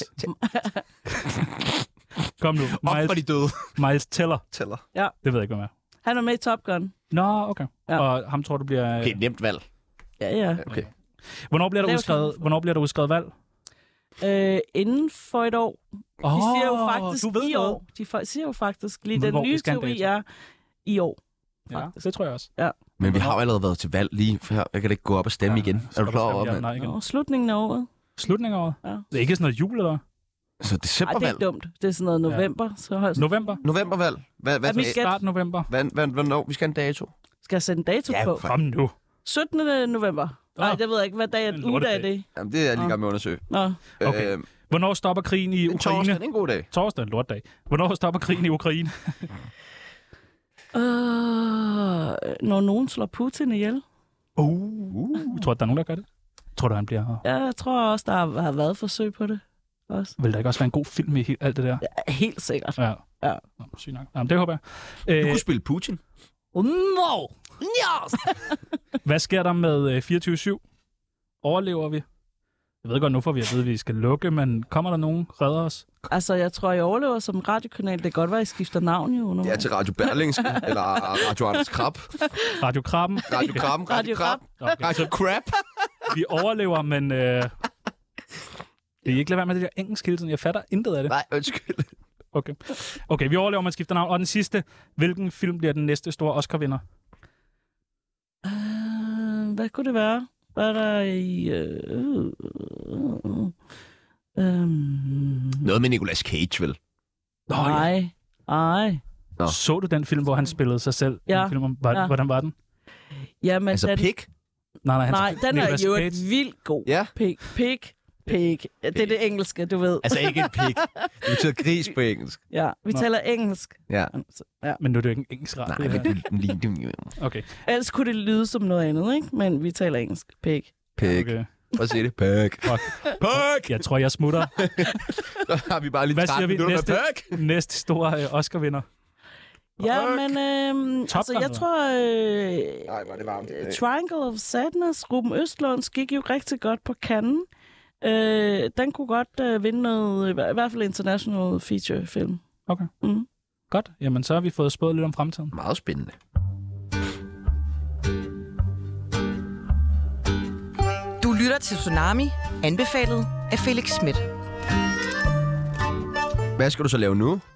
Kom nu. Op for de Miles, døde. Miles Teller. Tæller. Det ved jeg ikke, hvad med. Han er med i Top Gun. Nå, okay. Ja. Og ham tror du bliver... Okay, nemt valg. Ja, ja. Okay. Hvornår bliver der Lav udskrevet, sådan- hvornår bliver der udskrevet valg? Øh, inden for et år. De Åh, siger jo faktisk du ved i noget. år. De fa- siger jo faktisk lige, Men den hvor nye skal han teori dato? er i år. Ja, Faktisk. det tror jeg også. Ja. Men vi har jo allerede været til valg lige før. Jeg kan da ikke gå op og stemme igen. Er du klar over, Ja, mand? nej, igen. Nå, slutningen af året. Slutningen af året? Ja. Det er ikke sådan noget jul, eller? Så Ej, decembervalg. det er ikke dumt. Det er sådan noget november. Så højst. November? Novembervalg. Hvad, hvad, Er mit hvad, gæt? Start november. hvad, hvad, hvornår? Vi skal have en dato. Skal jeg sætte en dato Ja, på? for- Kom nu. syttende november. Nej, Nå. det ved jeg ikke. Hvad dag er En uge er lortedag. det? Jamen, det er jeg lige i gang med at undersøge. Nå. Okay. Øh, Hvornår stopper krigen i Ukraine? Torsdag, det er en god dag. Torsdag er en lortdag. Hvornår stopper krigen i Ukraine? Uh, når nogen slår Putin ihjel. Uh, uh. Tror du, der er nogen, der gør det? Tror du, han bliver... Ja, jeg tror også, der har været forsøg på det. Også. Vil der ikke også være en god film i he- alt det der? Ja, helt sikkert. Ja. Ja. Nå, sygt nok. Jamen, det håber jeg. Du Øh, kunne spille Putin. No! Yes! hvad sker der med øh, fireogtyve syv? Overlever vi? Jeg ved godt, nu får vi at vide, at vi skal lukke, men kommer der nogen, redder os? Altså, jeg tror, jeg overlever som radiokanal. Det kan godt være, I skifter navn jo. Nu. Ja, til Radio Berlingske, eller Radio Anders Krab. Radio Krabben. Radio Krabben, Radio Krab. Okay. Radio Crab. Vi overlever, men... Øh... Det er ikke lade være med det der engelsk hele tiden. Jeg fatter intet af det. Nej, undskyld. Okay. Okay, vi overlever, man skifter navn. Og den sidste. Hvilken film bliver den næste store Oscar-vinder? Uh, hvad kunne det være? Hvad er der i... Uh, uh, uh, um... Noget med Nicolas Cage, vel? Nå, Nej. Nej. Nå. Så du den film, hvor han spillede sig selv? Ja. Den film om, var, Ja. Hvordan var den? Jamen, Altså den... pik? Nej, nej, han Nej, den Nicolas er jo Cage. et vildt god. Ja. Pig. Pig. Pig. Det er det engelske, du ved. Altså ikke en pik. Det betyder gris på engelsk. Ja, vi Nå. taler engelsk. Ja. Ja. Men nu er det jo ikke en engelsk radio. Nej, men du lige... Okay. Ellers kunne det lyde som noget andet, ikke? Men vi taler engelsk. Pig. Pik. okay. Hvad siger det? Pik. Pik! Jeg tror, jeg smutter. Så har vi bare lige Hvad siger tretten vi? minutter Næste, med pik. næste store øh, Oscar-vinder. Ja, men øhm, Top altså, Gun, jeg eller? tror, øh, Nej, var det varmt. øh, Triangle of Sadness, Ruben Østlunds, gik jo rigtig godt på Cannes. Øh, den kunne godt øh, vinde noget, i hvert fald international feature film. Okay. Mm. Godt. Jamen, så har vi fået spået lidt om fremtiden. Meget spændende. Du lytter til Tsunami, anbefalet af Felix Schmidt. Hvad skal du så lave nu?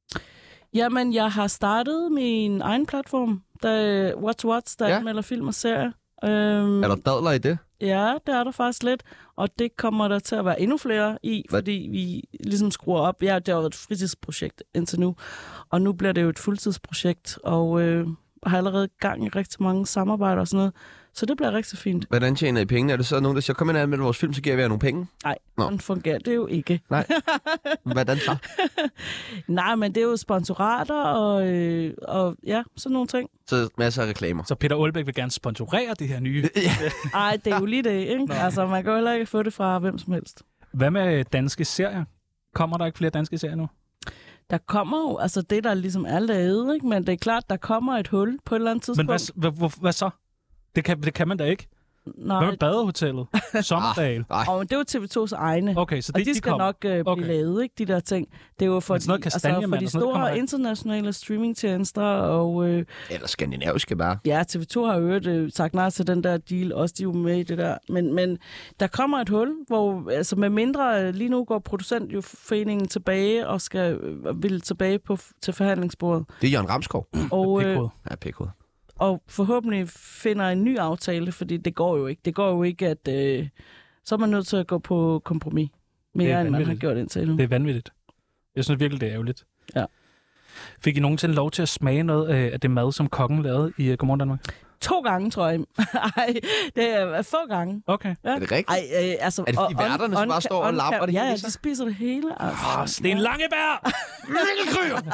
Jamen, jeg har startet min egen platform, der What's What's, der Ja. ja. anmelder film og serier. Øhm, Er der dadler i det? Ja, det er der faktisk lidt, og det kommer der til at være endnu flere i, Hvad? fordi vi ligesom skruer op. Ja, det har været et fritidsprojekt indtil nu, og nu bliver det jo et fuldtidsprojekt, og øh, har allerede gang i rigtig mange samarbejder og sådan noget, så det bliver rigtig fint. Hvordan tjener I penge? Er det så nogen, der siger, kom ind med vores film, så giver vi jer nogle penge? Nej, Nå. sådan fungerer det jo ikke. Nej. Hvordan så? Nej, men det er jo sponsorater og, øh, og ja, sådan nogle ting. Så masser af reklamer. Så Peter Aalbæk vil gerne sponsorere det her nye. Ej, det er jo lige det, ikke? Altså, man kan jo heller ikke få det fra hvem som helst. Hvad med danske serier? Kommer der ikke flere danske serier nu? Der kommer jo, altså det, der ligesom er lavet, ikke? Men det er klart, der kommer et hul på et eller andet tidspunkt. Men hvad, hvad, hvad, hvad så? Det kan, det kan man da ikke. Nej. Hvad med Badehotellet? Sommerdal? Ah, Og det er jo T V to's egne. Okay, så og det, de de skal kommer. nok øh, blive Okay. lavet, ikke? De der ting. Det er jo for, Men sådan noget de, altså, Kastanjemand for de og sådan noget, kommer store der ikke? internationale streamingtjenester, og øh, Eller skandinaviske bare. ja, T V to har jo øh, sagt nej til den der deal, også de er jo med i det der. Men, men der kommer et hul, hvor altså med mindre, øh, lige nu går producentforeningen tilbage og skal øh, vil tilbage på, til forhandlingsbordet. Det er Jørgen Ramskov. Og, øh, Pikhoved. Ja, pikhoved. og forhåbentlig finder en ny aftale, fordi det går jo ikke. Det går jo ikke, at øh, så er man nødt til at gå på kompromis. Det er Mere end man har vanvittigt. gjort indtil nu. Det er vanvittigt. Jeg synes virkelig, det er ærgerligt. Ja. Fik I nogensinde lov til at smage noget øh, af det mad, som kokken lavede i uh, Godmorgen Danmark? To gange, tror jeg. Ej, det er få gange. Okay. Ja. Er det rigtigt? Ej, øh, altså, Er det fordi og- on- værterne så on- bare står og on- lapper det Ja, hele ja, i sig? de spiser det hele. Altså. Åh, oh, Sten Langebær! Mikkel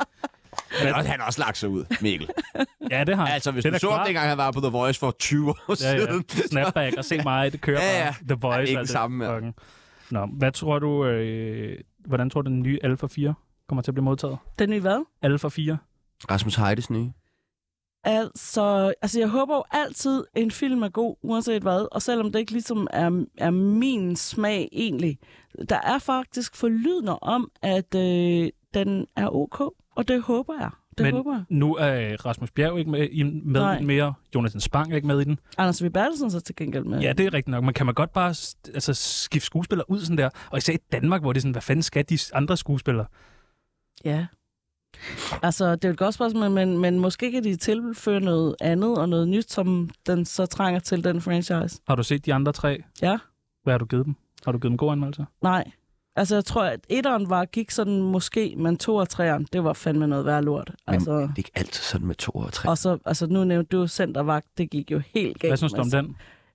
Men også, han har også lagt sig ud, Mikkel. Ja, det har han. Altså, hvis det du er da så ham, klart. dengang han var på The Voice for tyve år Ja, ja. siden. Snapback og se mig, det kører Ja, ja. bare. The Voice. Ikke alt det samme, ja. fucking. Nå, hvad tror du, øh, hvordan tror du, den nye Alpha fire kommer til at blive modtaget? Den nye hvad? Alpha fire. Rasmus Heides nye. Altså, altså, jeg håber jo altid, en film er god, uanset hvad. Og selvom det ikke ligesom er, er min smag egentlig. Der er faktisk forlydender om, at øh, den er ok. Og det håber jeg. Det Men håber jeg. nu er Rasmus Bjerg ikke med, i, med Nej. i den mere. Jonathan Spang er ikke med i den. Anders V. Bertelsen så til gengæld med. Ja, det er rigtigt nok. Men kan man godt bare altså, skifte skuespillere ud sådan der? Og især i Danmark, hvor det er sådan, hvad fanden skal de andre skuespillere? Ja. Altså, det er jo et godt spørgsmål, men, men måske kan de tilføre noget andet og noget nyt, som den så trænger til, den franchise. Har du set de andre tre? Ja. Hvad har du givet dem? Har du givet dem gode anmeldelser? Nej. Altså, jeg tror, at etteren var, gik sådan måske, men to og treeren, det var fandme noget værd lort. Men Altså, det er ikke altid sådan med to og tre. og så, altså, nu nævnte du Centervagt, det gik jo helt galt. Hvad synes du om den?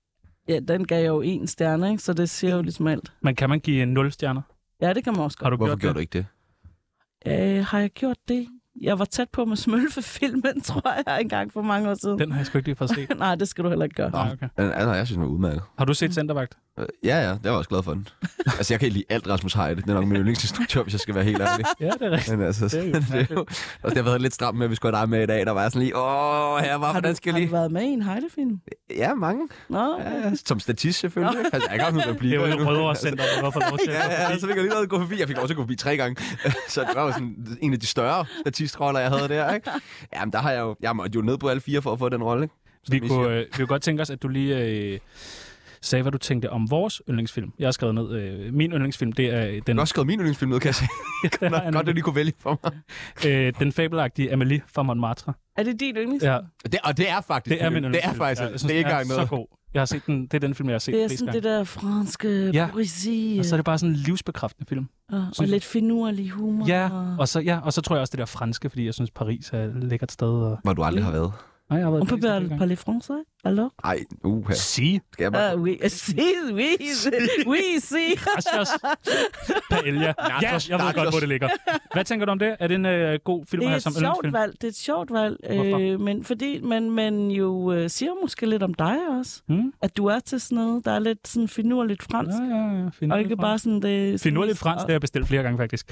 Ja, den gav jo en stjerne, ikke? Så det siger jo ligesom alt. Men kan man give nul stjerner? Ja, det kan man også godt. Har du Hvorfor gjort gjorde det? du ikke det? Øh, har jeg gjort det? Jeg var tæt på med Smølfe-filmen, tror jeg, engang for mange år siden. Den har jeg sgu ikke lige fået set. Nej, det skal du heller ikke gøre. Nej, okay. Den anden har jeg synes, den var udmærket. Har du set Centervagt? Øh, Ja, ja, det var jeg også glad for den. Altså, jeg kan ikke lide alt Rasmus Heide. Det er nok min yndlingsinstruktør, hvis jeg skal være helt ærlig. Ja, det er rigtigt. Men altså, Det er jo det er jo, og det har været lidt stramt med, at vi skulle have dig med i dag. Der var jeg sådan lige, åh, her var, Har du, hvordan skal har jeg du lige... været med i en Heide-film? Ja, mange. Nå, okay. Ja, som statist selvfølgelig. Nå. Altså, jeg har ikke haft nogen Det replikker er jo endnu. Rødovre Center, der var for lov til at gå Ja, ja, forbi. så fik jeg lige noget gå forbi. Jeg fik også at gå forbi tre gange. Så det var jo sådan en af de større statistroller, jeg havde der, ikke? Jamen, der har jeg jo... Jeg måtte jo ned på alle fire for at få den rolle, ikke? Vi kunne, øh, vi kunne godt tænke os, at du lige øh, sagde, hvad du tænkte om vores yndlingsfilm. Jeg har skrevet ned. Øh, min yndlingsfilm, det er den... Du har også skrevet min yndlingsfilm ned, kan jeg sige. det har jeg Godt, at de kunne vælge for mig. øh, den fabelagtige Amélie fra Montmartre. Er det din yndlings? Ja, Det, og det er faktisk... det er min Det er yndlingsfilm. faktisk... Ja, jeg synes, det er ikke den engang noget. så god. Jeg har set den, det er den film, jeg har set Det er flest sådan gange. det der franske Ja. poesi. Og så er det bare sådan en livsbekræftende film. og, og synes- lidt finurlig humor. Ja, og så, ja, og så tror jeg også det der franske, fordi jeg synes, Paris er et lækkert sted. Og... Hvor du aldrig har været. Nej, jeg har været On i peut Paris en del gange. parler français, alors? Ej, uha. Si. Skal jeg bare... Ah, oui, si, oui, oui, si. Gracias. Paella. Ja, jeg ved godt, nachos. hvor det ligger. Hvad tænker du om det? Er det en øh, god film Det at er have et som sjovt yndlingsfilm? valg, det er et sjovt valg, Hvorfor? øh, men fordi man, man jo øh, siger måske lidt om dig også, Hmm? at du er til sådan noget, der er lidt sådan finurligt fransk, Ja, ja, ja. og Finurligt ikke bare sådan det... sådan- Finurligt fransk, det har jeg bestilt flere gange faktisk.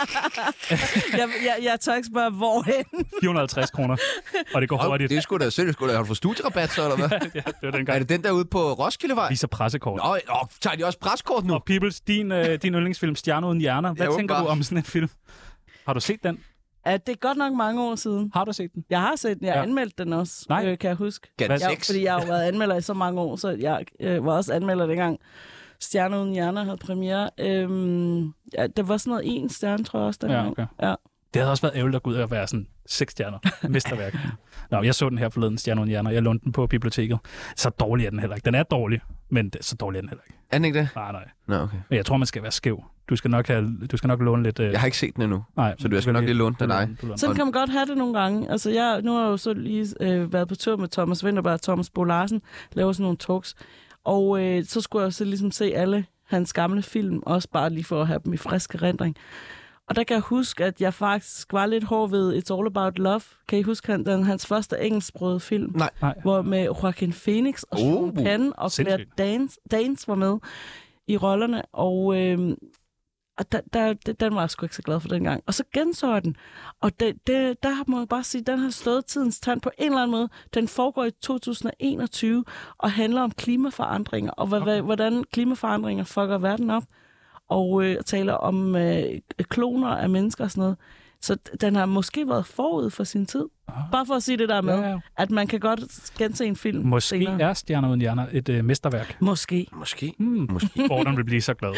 jeg, jeg, jeg tør ikke spørge, hvorhen. fire hundrede og halvtreds kroner, og det går Oh, hurtigt. det er sgu da sindssygt. Har du fået studierabat så, eller hvad? Ja, det var den Er gang. det den derude på Roskildevej? Viser pressekort. Nå, åh, tager de også preskort nu? Og Peoples, din, øh, din yndlingsfilm, Stjerner uden hjerner. Hvad Ja, tænker åbenbart. du om sådan en film? Har du set den? Ja, det er godt nok mange år siden. Har du set den? Jeg har set den, jeg Ja. ja. anmeldte den også, Nej. øh, kan jeg huske. Get Hvad- Jeg, sex. fordi jeg har jo været anmelder i så mange år, så jeg øh, var også anmelder dengang Stjerner uden hjerner havde premiere. Øhm, ja, det var sådan noget en stjerne, tror jeg også, dengang. Ja, okay. Ja. Det havde også været ærgerligt at gå ud og være sådan seks stjerner. Mesterværk. Nå, jeg så den her forleden, Stjerner uden hjerner. Jeg lånte den på biblioteket. Så dårlig er den heller ikke. Den er dårlig, men det, så dårlig er den heller ikke. Er den ikke det? Nej, nej. Nå, okay. Men jeg tror, man skal være skæv. Du skal nok, have, du skal nok låne lidt... Øh... Jeg har ikke set den endnu. Nej, Så du skal nok lige låne den af dig. Du låner. Sådan kan man godt have det nogle gange. Altså, jeg, nu har jeg jo så lige øh, været på tur med Thomas Vinterberg og Thomas Bo Larsen, laver sådan nogle talks. Og øh, så skulle jeg så ligesom se alle hans gamle film, også bare lige for at have dem i frisk erindring. Og der kan jeg huske, at jeg faktisk var lidt hård ved It's All About Love. Kan I huske han, den, hans første engelsksprogede film? Nej. Nej. Hvor med Joaquin Phoenix og Sean Uh, Penn og Claire sindssygt. Danes, Danes var med i rollerne. Og, øh, og der, der, den var jeg sgu ikke så glad for dengang. Og så genså jeg den. Og det, det, der må jeg bare sige, den har stået tidens tand på en eller anden måde. Den foregår i to tusind og enogtyve og handler om klimaforandringer. Og hvad, okay. hvordan klimaforandringer fucker verden op. Og øh, taler om øh, kloner af mennesker og sådan noget. Så d- den har måske været forud for sin tid. Bare for at sige det der med, Ja, ja. at man kan godt gense en film Måske senere. er Stjerner uden hjerner et øh, mesterværk. Måske. Måske. Hmm. Måske. Gordon vil blive så glad.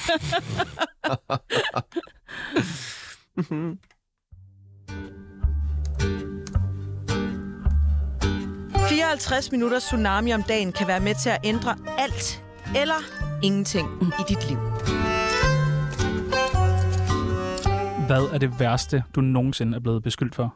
fireoghalvtreds minutter tsunami om dagen kan være med til at ændre alt eller ingenting i dit liv. Hvad er det værste, du nogensinde er blevet beskyldt for?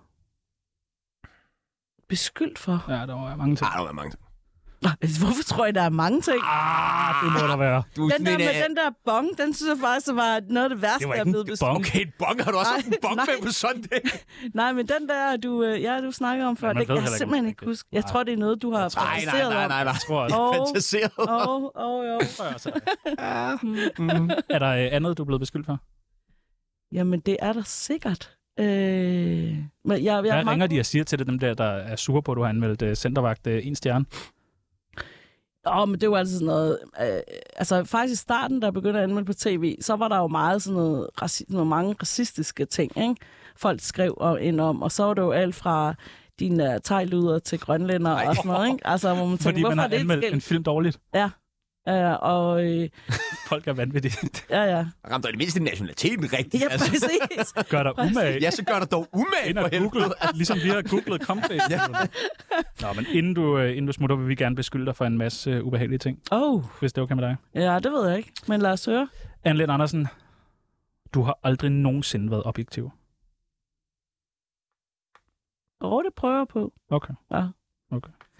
Beskyldt for? Ja, der var mange ting. Ah, der var mange ting. Hvorfor tror jeg, der er mange ting? Ah, det må der være. Du er Den der sådan en, med øh, den der bong, den synes jeg faktisk var noget af det værste, Det var jeg er ikke blevet en beskyldt. bong. Okay, en bong. Har du også haft en Nej, bong nej. med på Sunday? Nej, men den der, du, øh, ja, du snakker om før, Ja, man det ved kan jeg heller ikke, simpelthen om ikke det er huske. Jeg Nej. tror, det er noget, du har Nej, nej, fantaseret nej, om. nej, nej. Jeg tror også. Åh. Fantaseret. Åh, åh, jo. tror jeg også, er. Er der øh, andet, du er blevet beskyldt for? Jamen, det er der sikkert. Øh, men jeg, jeg Hvad er ringer meget... de og siger til det, dem der, der er sure på, at du har anmeldt uh, Centervagt uh, en stjerne? Åh, oh, men det er jo altid sådan noget... Øh, altså, faktisk i starten, da jeg begyndte at anmelde på tv, så var der jo meget sådan noget, raci- noget mange racistiske ting, ikke? Folk skrev om- ind om, og så var det jo alt fra dine uh, tegluder til grønlænder og sådan noget, ikke? Altså, hvor man tænker, Fordi man hvorfor har er det ikke anmeldt skilt? en film dårligt. Ja, ja, og... Øh, Folk er vanvittige. ja, ja. Ramte du i det mindste nationaliteten rigtigt? Ja, præcis. Gør dig umage. Ja, så gør der dog umage Ind for og helvede. google, ligesom vi har googlet Comfort. Ja. Nå, men inden du, uh, inden du smutter, vil vi gerne beskylde dig for en masse uh, ubehagelige ting. Oh, Hvis det er okay med dig. ja, det ved jeg ikke. Men lad os høre. Anne Lind Andersen, du har aldrig nogensinde været objektiv. Åh, det prøver jeg på. Okay. Ja. Okay.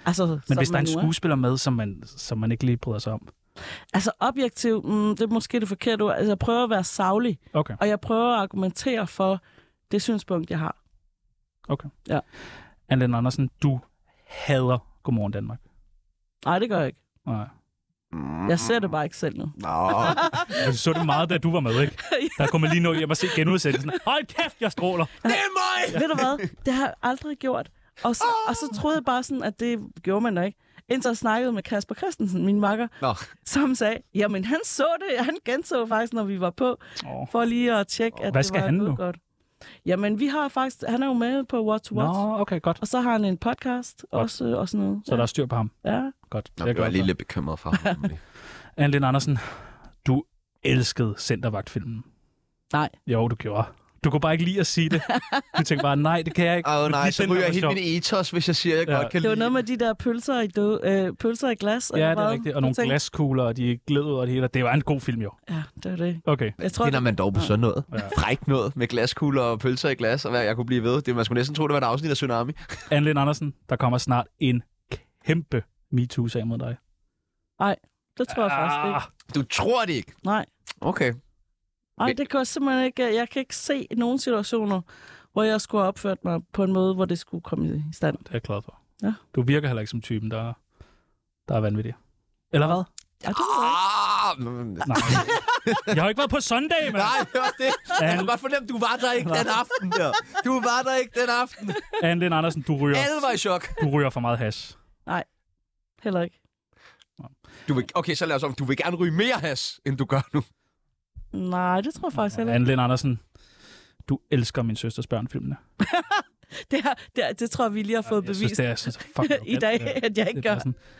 Altså, Men hvis der er en man nu skuespiller med, som man, som man ikke lige bryder sig om? Altså objektiv, mm, det er måske det forkerte ord. Altså, jeg prøver at være saglig, Okay. og jeg prøver at argumentere for det synspunkt, jeg har. Okay. Ja. Anne Andersen, du hader Godmorgen Danmark. Nej, det gør jeg ikke. Nej. Jeg ser det bare ikke selv nu. Nå. Du så det meget, da du var med, ikke? Der kunne man lige nå hjem og se genudsendelsen. Hold kæft, jeg stråler. Det er mig! Ja. Ved du hvad? Det har jeg aldrig gjort. Og så, oh. og så troede jeg bare sådan, at det gjorde man nok ikke. Indtil jeg snakkede med Kasper Christensen, min makker, Nå. som sagde, jamen han så det, han genså faktisk, når vi var på, oh. for lige at tjekke, at Hvad det skal var han gået nu? godt. Jamen, vi har faktisk, han er jo med på What to Watch. Nå, okay, godt. Og så har han en podcast også, og sådan noget. Så ja. Der er styr på ham? Ja. Godt. Nå, jeg var lige lidt bekymret for ham. Anne Andersen, du elskede Centervagt-filmen. Nej. Jo, du gjorde. Du kunne bare ikke lide at sige det. Du tænkte bare, nej, det kan jeg ikke. Åh oh, nej, de så ryger jeg helt min ethos, hvis jeg siger, at jeg ja. godt kan lide. Det var lide. noget med de der pølser i, do, øh, pølser i glas. Ja, det er rigtigt. Og nogle tænkte... glaskugler, og de gled ud og det hele. Det var en god film, jo. Ja, det var det. Okay. Jeg tror, finder man dog på sådan noget? Ja. Frækt noget med glaskugler og pølser i glas, og hvad jeg kunne blive ved. Det, man skulle næsten tro, det var et afsnit af Tsunami. Anne Andersen, der kommer snart en kæmpe MeToo-sag mod dig. Nej, det tror jeg ah. faktisk ikke. Du tror det ikke? Nej. Okay. Nej, det kan jeg simpelthen ikke. Jeg kan ikke se nogen situationer, hvor jeg skulle have opført mig på en måde, hvor det skulle komme i stand. Det er jeg glad for. Ja. Du virker heller ikke som typen, der, der er vanvittig. Eller hvad? Ja, det ved jeg ikke. Nej. Jeg har ikke været på Sunday, mand. Nej, det var det. Jeg kan godt fornemme, du var der ikke den aften der. Du var der ikke den aften. Anne Andersen, du ryger... Alle var i chok. Du ryger for meget hash. Nej, heller ikke. Du vil, okay, så lad os om. Du vil gerne ryge mere hash, end du gør nu. Nej, det tror jeg faktisk heller ikke. Anne Andersen, du elsker Min Søsters Børn-filmene. det, her, det, det tror jeg, vi lige har fået jeg bevist synes, det er, synes, fuck, i dag, at jeg ikke gør.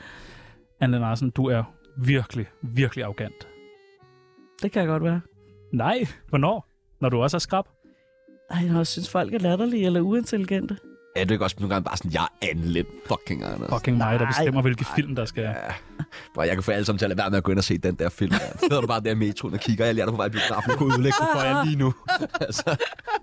Anne Andersen, du er virkelig, virkelig arrogant. Det kan jeg godt være. Nej, hvornår? Når du også er skrab? Nej, jeg synes, folk er latterlige eller uintelligente. Er du ikke også nogle gange bare sådan, jeg er Anne lidt fucking Anders? Fucking mig, der bestemmer, hvilke nej, film, der skal... Ja. Bro, jeg kan få alle sammen til at lade være med at gå ind og se den der film. Der. Så er du bare der i metroen og kigger, jeg lærer dig på vej i biografen og kunne udlægge det for jer lige nu. altså,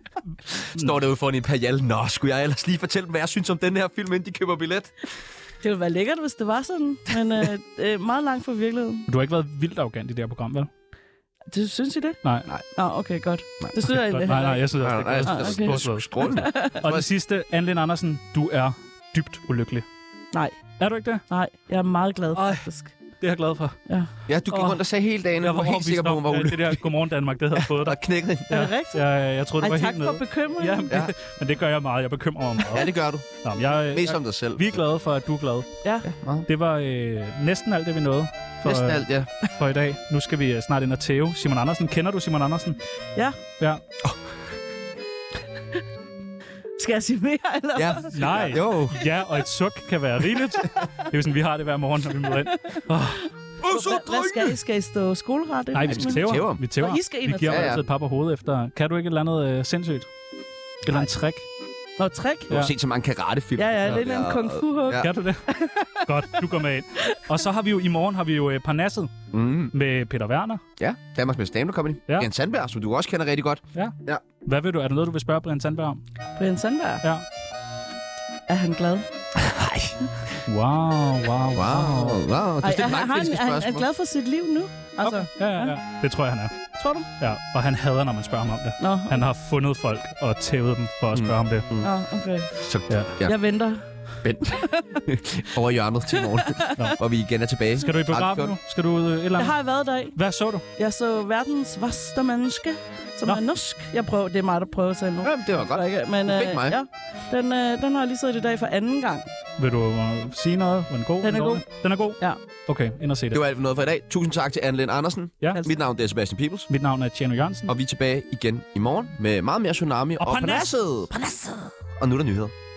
står derude foran en Imperial. Nå, skulle jeg ellers lige fortælle dem, hvad jeg synes om den her film, inden de køber billet? Det ville være lækkert, hvis det var sådan, men øh, øh, meget langt fra virkeligheden. Du har ikke været vildt arrogant i det her program, vel? Det, synes I det? Nej. Nej. Nå, okay, godt. Nej. Det synes jeg egentlig. Nej, nej, jeg synes også, det er godt. Nej, nej, okay. Strålende. Og det sidste, Anne Andersen, du er dybt ulykkelig. Nej. Er du ikke det? Nej, jeg er meget glad, faktisk. Det er jeg glad for. Ja, ja du gik rundt og sagde hele dagen, jeg var helt sikker på, at hun var ulykkelig. Det der Godmorgen Danmark, det havde fået dig. Og knækket. Ja. Er det rigtigt? Ja, jeg, jeg troede, det Ej, var helt nede. tak for bekymringen. Ja, men, ja. Det, men det gør jeg meget. Jeg bekymrer mig meget. Ja, det gør du. Nå, jeg, Mest om dig selv. Vi er glade for, at du er glad. Ja. ja det var øh, næsten alt det, vi nåede. For, næsten alt, ja. For i dag. Nu skal vi snart ind og tæve Simon Andersen. Kender du Simon Andersen? Ja. Ja. Oh. Skal jeg sige mere, eller? Ja. Nej. Jo. Ja, og et suk kan være rigeligt. Det er jo sådan, vi har det hver morgen, når vi møder ind. Oh. Hvad skal I? Skal I stå skoleret? Nej, vi skal tæve. Vi tæver. Og I skal ind vi og giver tæve. altid et par på hovedet efter. Kan du ikke et eller andet øh, sindssygt? Eller en trick? Nå, trick? Du har set så mange karatefilm. Ja, ja, lidt en kung fu-hug. Ja. Kan du det? Godt, du går med ind. Og så har vi jo i morgen har vi jo Parnasset mm. med Peter Werner. Ja, Danmarks Mester Stand-up Comedy. Ja. Brian Sandberg, som du også kender rigtig godt. Ja. ja. Hvad vil du? Er der noget, du vil spørge Brian Sandberg om? Brian Sandberg? Ja. Er han glad? Nej. Wow, wow, wow. wow. wow. Ej, er, han, han er glad for sit liv nu? Altså, okay. ja, ja, ja. Det tror jeg, han er. Tror du? Ja, og han hader, når man spørger ham om det. Nå. Han har fundet folk og tævet dem for at spørge mm. om det. Mm. Nå, okay. Så, ja. Ja. Jeg venter. Vent. Over hjørnet til morgen, hvor vi igen er tilbage. Skal du i biografen nu? Skal du et eller andet? Jeg har været der i. Hvad så du? Jeg så verdens værste menneske, som Nå. er norsk. Jeg prøver, det er mig, der prøver til nu. Jamen, det var godt. Ikke, men, du fik øh, mig. Ja, den, øh, den har jeg lige siddet i dag for anden gang. Vil du uh, sige noget? Var den god? Den er god. Den er god? Ja. Okay, ind og se det. Det var alt for noget for i dag. Tusind tak til Anne Andersen. Ja. Mit navn er Sebastian Peebles. Mit navn er Tjerno Jørgensen. Og vi er tilbage igen i morgen med meget mere Tsunami og, og Parnasset. Parnasset. Og nu er der nyheder.